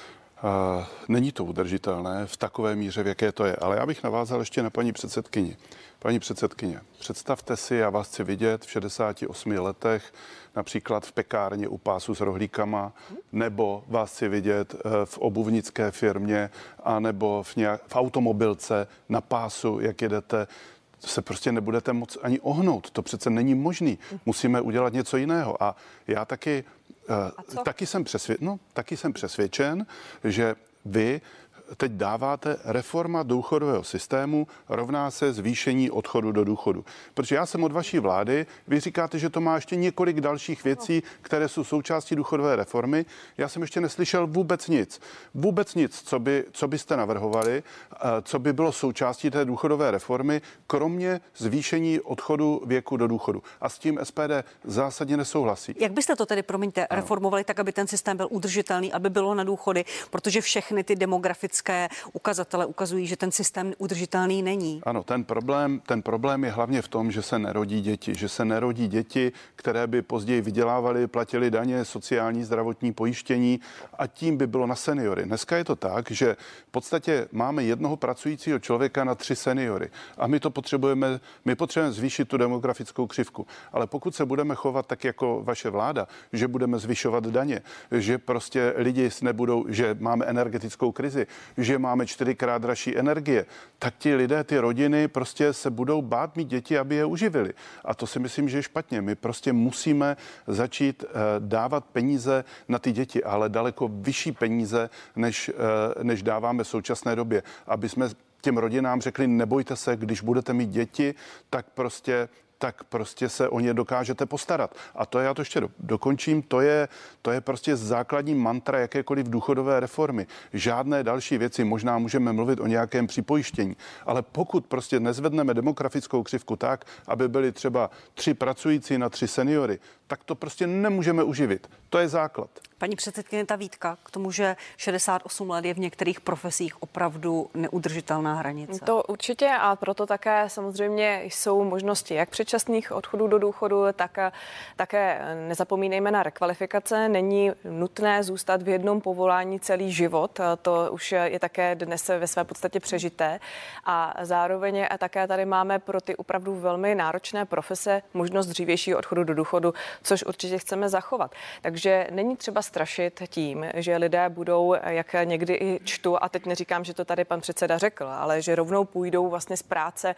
Uh, není to udržitelné v takové míře, v jaké to je. Ale já bych navázal ještě na paní předsedkyni. Paní předsedkyně, představte si, já vás chci vidět v šedesáti osmi letech, například v pekárně u pásu s rohlíkama, nebo vás chci vidět v obuvnické firmě, anebo v, nějak, v automobilce na pásu, jak jedete. Se prostě nebudete moc ani ohnout. To přece není možný. Musíme udělat něco jiného. A já taky, uh, taky, jsem, přesvěd, no, taky jsem přesvědčen, že vy teď dáváte reforma důchodového systému rovná se zvýšení odchodu do důchodu. Protože já jsem od vaší vlády, vy říkáte, že to má ještě několik dalších věcí, které jsou součástí důchodové reformy. Já jsem ještě neslyšel vůbec nic. Vůbec nic, co, by, co byste navrhovali, co by bylo součástí té důchodové reformy, kromě zvýšení odchodu věku do důchodu. A s tím S P D zásadně nesouhlasí. Jak byste to tedy, promiňte, reformovali tak, aby ten systém byl udržitelný, aby bylo na důchody, protože všechny ty demografické ekonomické ukazatele ukazují, že ten systém udržitelný není. Ano, ten problém, ten problém je hlavně v tom, že se nerodí děti, že se nerodí děti, které by později vydělávaly, platily daně, sociální, zdravotní pojištění a tím by bylo na seniory. Dneska je to tak, že v podstatě máme jednoho pracujícího člověka na tři seniory a my to potřebujeme, my potřebujeme zvýšit tu demografickou křivku. Ale pokud se budeme chovat tak jako vaše vláda, že budeme zvyšovat daně, že prostě lidi nebudou, že máme energetickou krizi, že máme čtyřikrát dražší energie, tak ti lidé, ty rodiny prostě se budou bát mít děti, aby je uživili. A to si myslím, že je špatně. My prostě musíme začít dávat peníze na ty děti, ale daleko vyšší peníze, než, než dáváme v současné době, aby jsme těm rodinám řekli, nebojte se, když budete mít děti, tak prostě tak prostě se o ně dokážete postarat. A to já to ještě do, dokončím, to je, to je prostě základní mantra jakékoliv důchodové reformy. Žádné další věci, možná můžeme mluvit o nějakém připojištění, ale pokud prostě nezvedneme demografickou křivku tak, aby byli třeba tři pracující na tři seniory, tak to prostě nemůžeme uživit. To je základ. Paní předsedkyně, ta výtka k tomu, že šedesát osm let je v některých profesích opravdu neudržitelná hranice. To určitě a proto také samozřejmě jsou možnosti jak předčasných odchodů do důchodu, tak také nezapomínejme na rekvalifikace. Není nutné zůstat v jednom povolání celý život. To už je také dnes ve své podstatě přežité. A zároveň také tady máme pro ty opravdu velmi náročné profese možnost dřívějšího odchodu do důchodu, což určitě chceme zachovat. Takže není třeba strašit tím, že lidé budou, jak někdy i čtu, a teď neříkám, že to tady pan předseda řekl, ale že rovnou půjdou vlastně z práce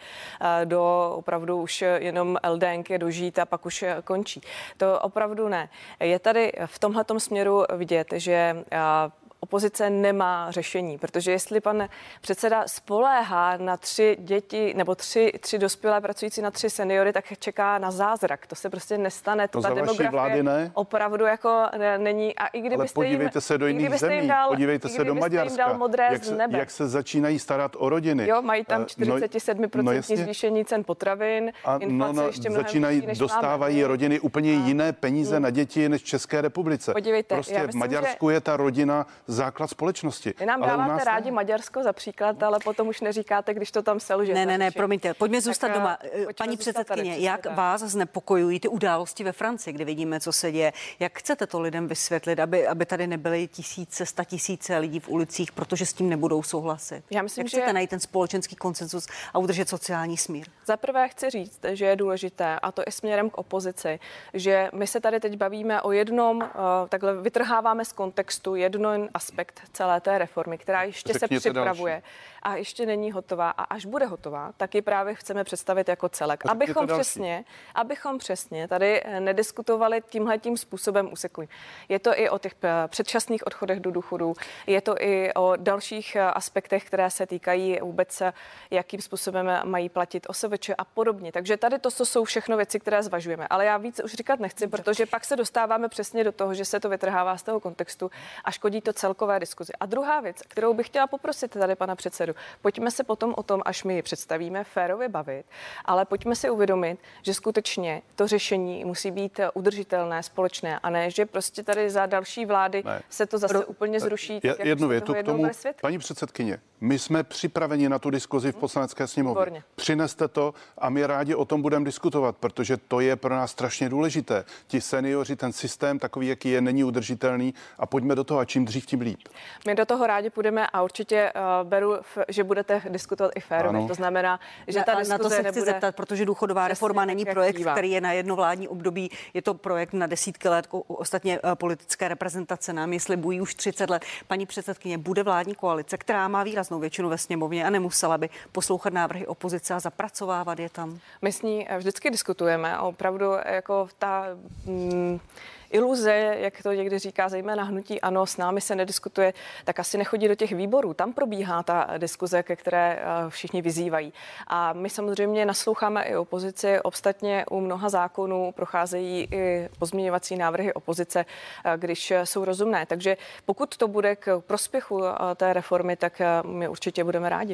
do opravdu už jenom LDNky dožít a pak už končí. To opravdu ne. Je tady v tomhletom směru vidět, že opozice nemá řešení, protože jestli pan předseda spoléhá na tři děti nebo tři, tři dospělé pracující na tři seniory, tak čeká na zázrak. To se prostě nestane. To ta za vaší vlády ne? Opravdu jako není. A i kdybyste Ale podívejte jim, se do jiných zemí, dal, podívejte se do Maďarska, jak se, jak se začínají starat o rodiny. Jo, mají tam čtyřicet sedm procent no, no zvýšení cen potravin, a inflace no, no, ještě mnohem začínají, vyšší, než dostávají máme. rodiny úplně a, jiné peníze hmm. na děti než v České republice. Podívejte, prostě myslím, v Maďarsku že... je ta rodina základ společnosti. Vy nám dáváte rádi ne. Maďarsko za příklad, ale potom už neříkáte, když to tam selžete. Ne, ne, ne, promiňte, pojďme zůstat tak, doma. Paní předsedkyně, tady, jak tak. vás znepokojují ty události ve Francii, kde vidíme, co se děje? Jak chcete to lidem vysvětlit, aby, aby tady nebyly tisíce, sta tisíce lidí v ulicích, protože s tím nebudou souhlasit? Já myslím, jak chcete že... najít ten společenský konsenzus a udržet sociální smír? Za prvé chci říct, že je důležité, a to i směrem k opozici, že my se tady teď bavíme o jednom, takhle vytrháváme z kontextu jeden aspekt celé té reformy, která ještě Řekněte se připravuje další. A ještě není hotová a až bude hotová, tak ji právě chceme představit jako celek. Řekněte abychom přesně, abychom přesně tady nediskutovali tímhletím způsobem úsekuj. Je to i o těch předčasných odchodech do důchodu, je to i o dalších aspektech, které se týkají vůbec, jakým způsobem mají platit O S V Č a podobně. Takže tady to jsou všechno věci, které zvažujeme. Ale já víc už říkat nechci, protože pak se dostáváme přesně do toho, že se to vytrhává z toho kontextu a škodí to celkové diskuzi. A druhá věc, kterou bych chtěla poprosit tady pana předsedu, pojďme se potom o tom, až my ji představíme, férově bavit, ale pojďme si uvědomit, že skutečně to řešení musí být udržitelné, společné a ne, že prostě tady za další vlády ne. se to zase Pro, úplně zruší. Je, jednu větu k tomu, paní předsedkyně, my jsme připraveni na tu diskuzi v Poslanecké sněmovně. Výborně. Přineste to a my rádi o tom budeme diskutovat, protože to je pro nás strašně důležité. Ti seniori, ten systém takový, jaký je, není udržitelný a pojďme do toho a čím dřív, tím líp. My do toho rádi půjdeme a určitě uh, beru, že budete diskutovat i férově. To znamená, že ta na, diskuze na to se chci nebude... zeptat, protože důchodová reforma není projekt, bývá. který je na jedno vládní období. Je to projekt na desítky let. Ostatně uh, politické reprezentace nám je slibují už třicet let. Paní předsedkyně, bude vládní koalice, která má výraznou většinu ve sněmovně a nemusela by poslouchat návrhy opozice a zapracovávat je tam? My s ní vždycky diskutujeme a opravdu jako ta... Mm, iluze, jak to někdy říká, zejména hnutí ANO, s námi se nediskutuje, tak asi nechodí do těch výborů. Tam probíhá ta diskuze, ke které všichni vyzývají. A my samozřejmě nasloucháme i opozici. Ostatně u mnoha zákonů procházejí i pozměňovací návrhy opozice, když jsou rozumné. Takže pokud to bude k prospěchu té reformy, tak my určitě budeme rádi.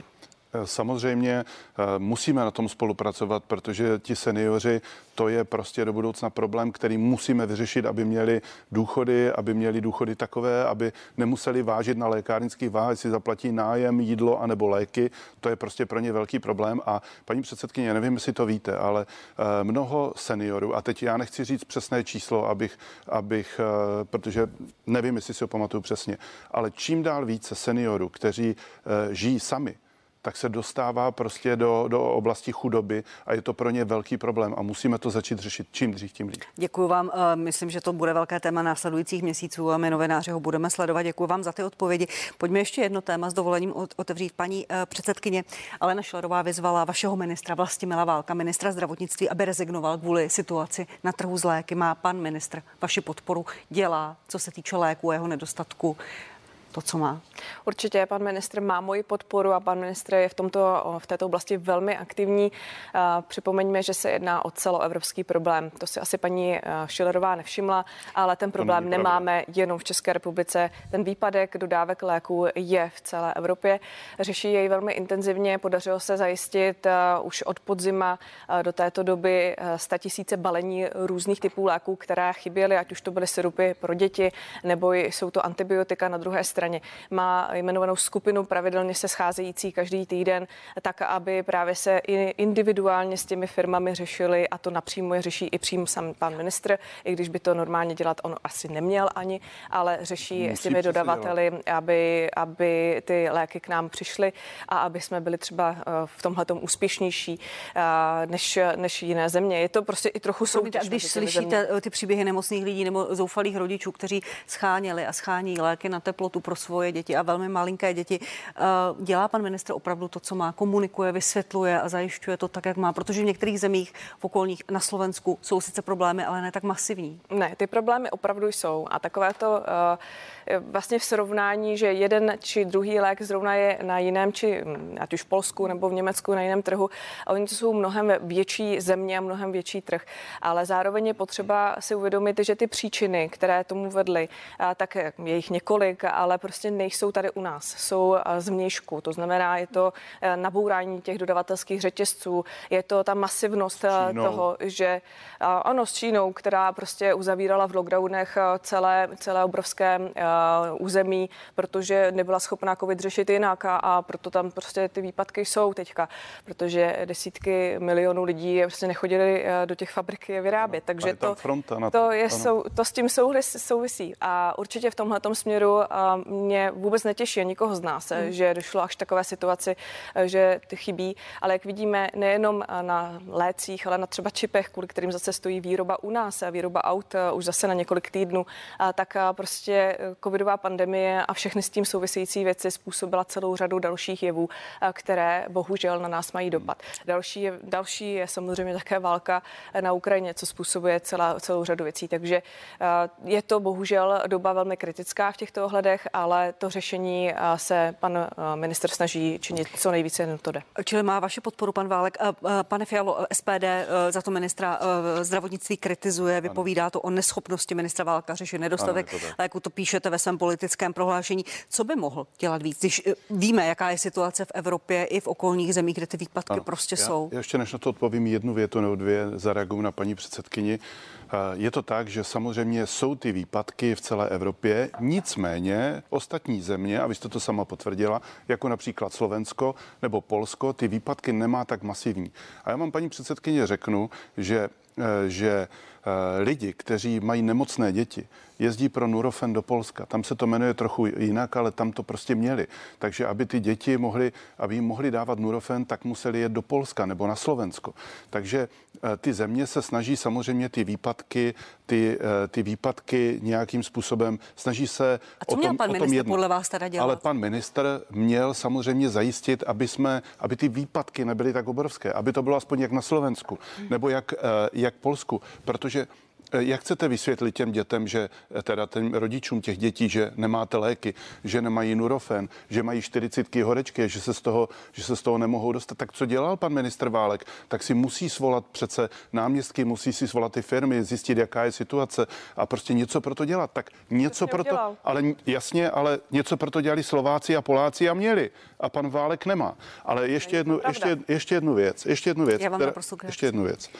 Samozřejmě musíme na tom spolupracovat, protože ti seniori, to je prostě do budoucna problém, který musíme vyřešit, aby měli důchody, aby měli důchody takové, aby nemuseli vážit na lékárnických váhách, si zaplatí nájem, jídlo anebo léky. To je prostě pro ně velký problém. A paní předsedkyně, nevím, jestli to víte, ale mnoho seniorů, a teď já nechci říct přesné číslo, abych, abych protože nevím, jestli si ho pamatuju přesně, ale čím dál více seniorů, kteří žijí sami, tak se dostává prostě do, do oblasti chudoby a je to pro ně velký problém a musíme to začít řešit čím dřív, tím líp. Děkuji vám. Myslím, že to bude velké téma následujících měsíců a my novináři ho budeme sledovat. Děkuji vám za ty odpovědi. Pojďme ještě jedno téma s dovolením otevřít. Paní předsedkyně Alena Schillerová vyzvala vašeho ministra Vlastimila Válka, ministra zdravotnictví, aby rezignoval kvůli situaci na trhu s léky. Má pan ministr vaši podporu? Dělá, co se týče léku a jeho nedostatku, to, co má? Určitě pan ministr má moji podporu a pan ministr je v, tomto, v této oblasti velmi aktivní. Připomeňme, že se jedná o celoevropský problém. To si asi paní Schillerová nevšimla, ale ten problém nemáme jenom v České republice. Ten výpadek dodávek léků je v celé Evropě. Řeší jej velmi intenzivně. Podařilo se zajistit už od podzima do této doby statisíce balení různých typů léků, které chyběly, ať už to byly sirupy pro děti, nebo jsou to antibiotika na druhé straně. Má jmenovanou skupinu pravidelně se scházející každý týden, tak aby právě se individuálně s těmi firmami řešili, a to napřímo je řeší i přímo sám pan ministr, i když by to normálně dělat on asi neměl ani, ale řeší Musí s těmi dodavateli, aby, aby ty léky k nám přišly a aby jsme byli třeba v tomhletom úspěšnější než, než jiné země. Je to prostě i trochu soutěž. Když slyšíte země. Ty příběhy nemocných lidí nebo zoufalých rodičů, kteří scháněli a schání léky na teplotu pro svoje děti a velmi malinké děti. Dělá pan ministr opravdu to, co má, komunikuje, vysvětluje a zajišťuje to tak, jak má, protože v některých zemích v okolních na Slovensku jsou sice problémy, ale ne tak masivní. Ne, ty problémy opravdu jsou a takové to vlastně v srovnání, že jeden či druhý lék zrovna je na jiném, či ať už v Polsku nebo v Německu na jiném trhu, a oni to jsou mnohem větší země a mnohem větší trh, ale zároveň je potřeba si uvědomit, že ty příčiny, které tomu vedly, tak je jich několik, ale prostě nejsou tady u nás, jsou z vnějšku. To znamená, je to nabourání těch dodavatelských řetězců, je to ta masivnost toho, že ano, s Čínou, která prostě uzavírala v lockdownech celé, celé obrovské území, protože nebyla schopná covid řešit jinak a, a proto tam prostě ty výpadky jsou teďka, protože desítky milionů lidí prostě nechodili do těch fabrik je vyrábět, takže to, to, to, je, sou, to s tím souvisí a určitě v tomhletom směru mě vůbec netěší nikoho z nás, hmm. že došlo až takové situaci, že ty chybí, ale jak vidíme nejenom na lécích, ale na třeba čipech, kvůli kterým zase stojí výroba u nás a výroba aut už zase na několik týdnů, tak prostě covidová pandemie a všechny s tím související věci způsobila celou řadu dalších jevů, které bohužel na nás mají dopad. Další je, další je samozřejmě také válka na Ukrajině, co způsobuje celá, celou řadu věcí, takže je to bohužel doba velmi kritická v těchto ohledech, ale to řešení se pan ministr snaží činit co nejvíce, jen to jde. Čili má vaši podporu pan Válek. Pane Fialo, S P D za to ministra zdravotnictví kritizuje, vypovídá to o neschopnosti ministra Válka řešit nedostatek léku, to píšete ve svém politickém prohlášení. Co by mohl dělat víc, když víme, jaká je situace v Evropě i v okolních zemích, kde ty výpadky ano, prostě já, jsou? Já ještě než na to odpovím jednu větu nebo dvě, zareaguju na paní předsedkyni. Je to tak, že samozřejmě jsou ty výpadky v celé Evropě, nicméně ostatní země, a vy jste to sama potvrdila, jako například Slovensko nebo Polsko, ty výpadky nemá tak masivní. A já vám, paní předsedkyně, řeknu, že, že lidi, kteří mají nemocné děti, jezdí pro Nurofen do Polska. Tam se to jmenuje trochu jinak, ale tam to prostě měli. Takže aby ty děti mohly, aby jim mohli dávat Nurofen, tak museli jet do Polska nebo na Slovensko. Takže ty země se snaží samozřejmě ty výpadky, ty, ty výpadky nějakým způsobem snaží se A co o tom, měl pan o tom ministr jednat. podle vás teda dělat? Ale pan ministr měl samozřejmě zajistit, aby jsme, aby ty výpadky nebyly tak obrovské, aby to bylo aspoň jak na Slovensku, nebo jak, jak Polsku, protože Jak chcete vysvětlit těm dětem, že teda těm rodičům těch dětí, že nemáte léky, že nemají Nurofen, že mají čtyřicítky horečky, že se z toho, že se z toho nemohou dostat? Tak co dělal pan ministr Válek? Tak si musí svolat přece náměstky, musí si svolat ty firmy, zjistit, jaká je situace a prostě něco pro to dělat. Tak něco pro to, ale jasně, ale něco pro to dělali Slováci a Poláci a měli. A pan Válek nemá. Ale ještě jednu, ještě, ještě jednu věc, ještě jednu věc, která, ještě jednu věc.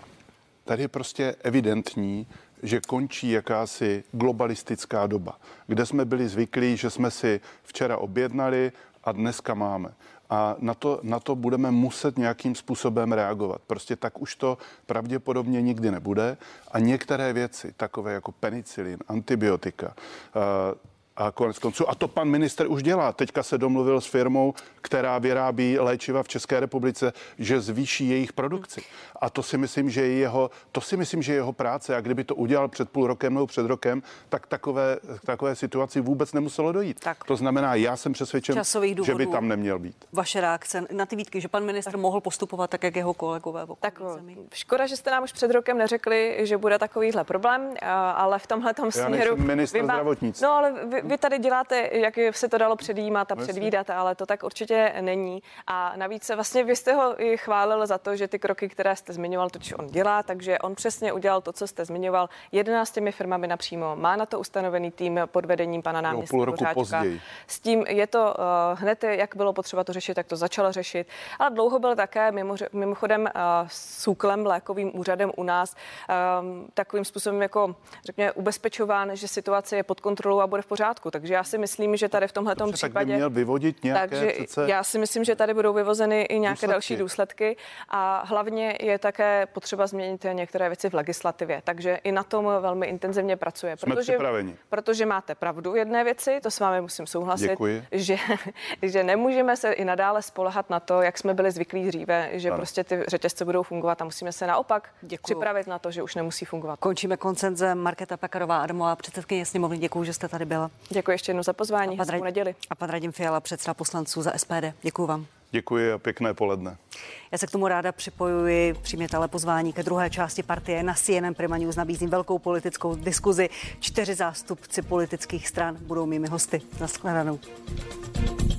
Tady je prostě evidentní, že končí jakási globalistická doba, kde jsme byli zvyklí, že jsme si včera objednali a dneska máme. A na to, na to budeme muset nějakým způsobem reagovat. Prostě tak už to pravděpodobně nikdy nebude. A některé věci, takové jako penicilin, antibiotika, uh, a konec konců. A to pan ministr už dělá. Teďka se domluvil s firmou, která vyrábí léčiva v České republice, že zvýší jejich produkci. A to si myslím, že je jeho, to si myslím, že je jeho práce. A kdyby to udělal před půl rokem nebo před rokem, tak takové, takové situaci vůbec nemuselo dojít. Tak. To znamená, já jsem přesvědčen, že by tam neměl být. Vaše reakce na ty výtky, že pan ministr tak mohl postupovat tak, jak jeho kolegové. Tak škoda, že jste nám už před rokem neřekli, že bude takovýhle problém, ale v tomhletom směru... Já nejsem ministr zdravotnictví. No, ale vy, vy tady děláte, jak se to dalo předjímat a předvídat, ale to tak určitě není. A navíc vlastně vy jste ho i chválil za to, že ty kroky, které jste zmiňoval, totiž on dělá, takže on přesně udělal to, co jste zmiňoval. Jedná s těmi firmami napřímo, má na to ustanovený tým pod vedením pana náměstka Dvořáčka. S tím je to uh, hned, jak bylo potřeba to řešit, tak to začalo řešit. Ale dlouho byl také mimo, mimochodem uh, SÚKLem, lékovým úřadem u nás, um, takovým způsobem jako, řekněme, ubezpečován, že situace je pod kontrolou a bude v pořádku. Takže já si myslím, že tady v tomhletom případě... Tak by měl vyvodit nějaké takže přece... já si myslím, že tady budou vyvozeny i nějaké důsledky. další důsledky a hlavně je také potřeba změnit některé věci v legislativě. Takže i na tom velmi intenzivně pracuje. Jsme protože, připraveni. Protože máte pravdu v jedné věci, to s vámi musím souhlasit, Děkuji. že, že nemůžeme se i nadále spoléhat na to, jak jsme byli zvyklí dříve, že ano. prostě ty řetězce budou fungovat a musíme se naopak Děkuju. připravit na to, že už nemusí fungovat. Končíme koncenzem. Markéta Pekarová Adamová, předsedkyně sněmovny, děkuji, že jste tady byla. Děkuji ještě jednou za pozvání. A pan, Rad... neděli. a pan Radim Fiala, předseda poslanců za S P D. Děkuji vám. Děkuji a pěkné poledne. Já se k tomu ráda připojuji. Přijměte ale pozvání ke druhé části Partie. Na C N N Prima News nabízím velkou politickou diskuzi. Čtyři zástupci politických stran budou mými hosty. Naschledanou.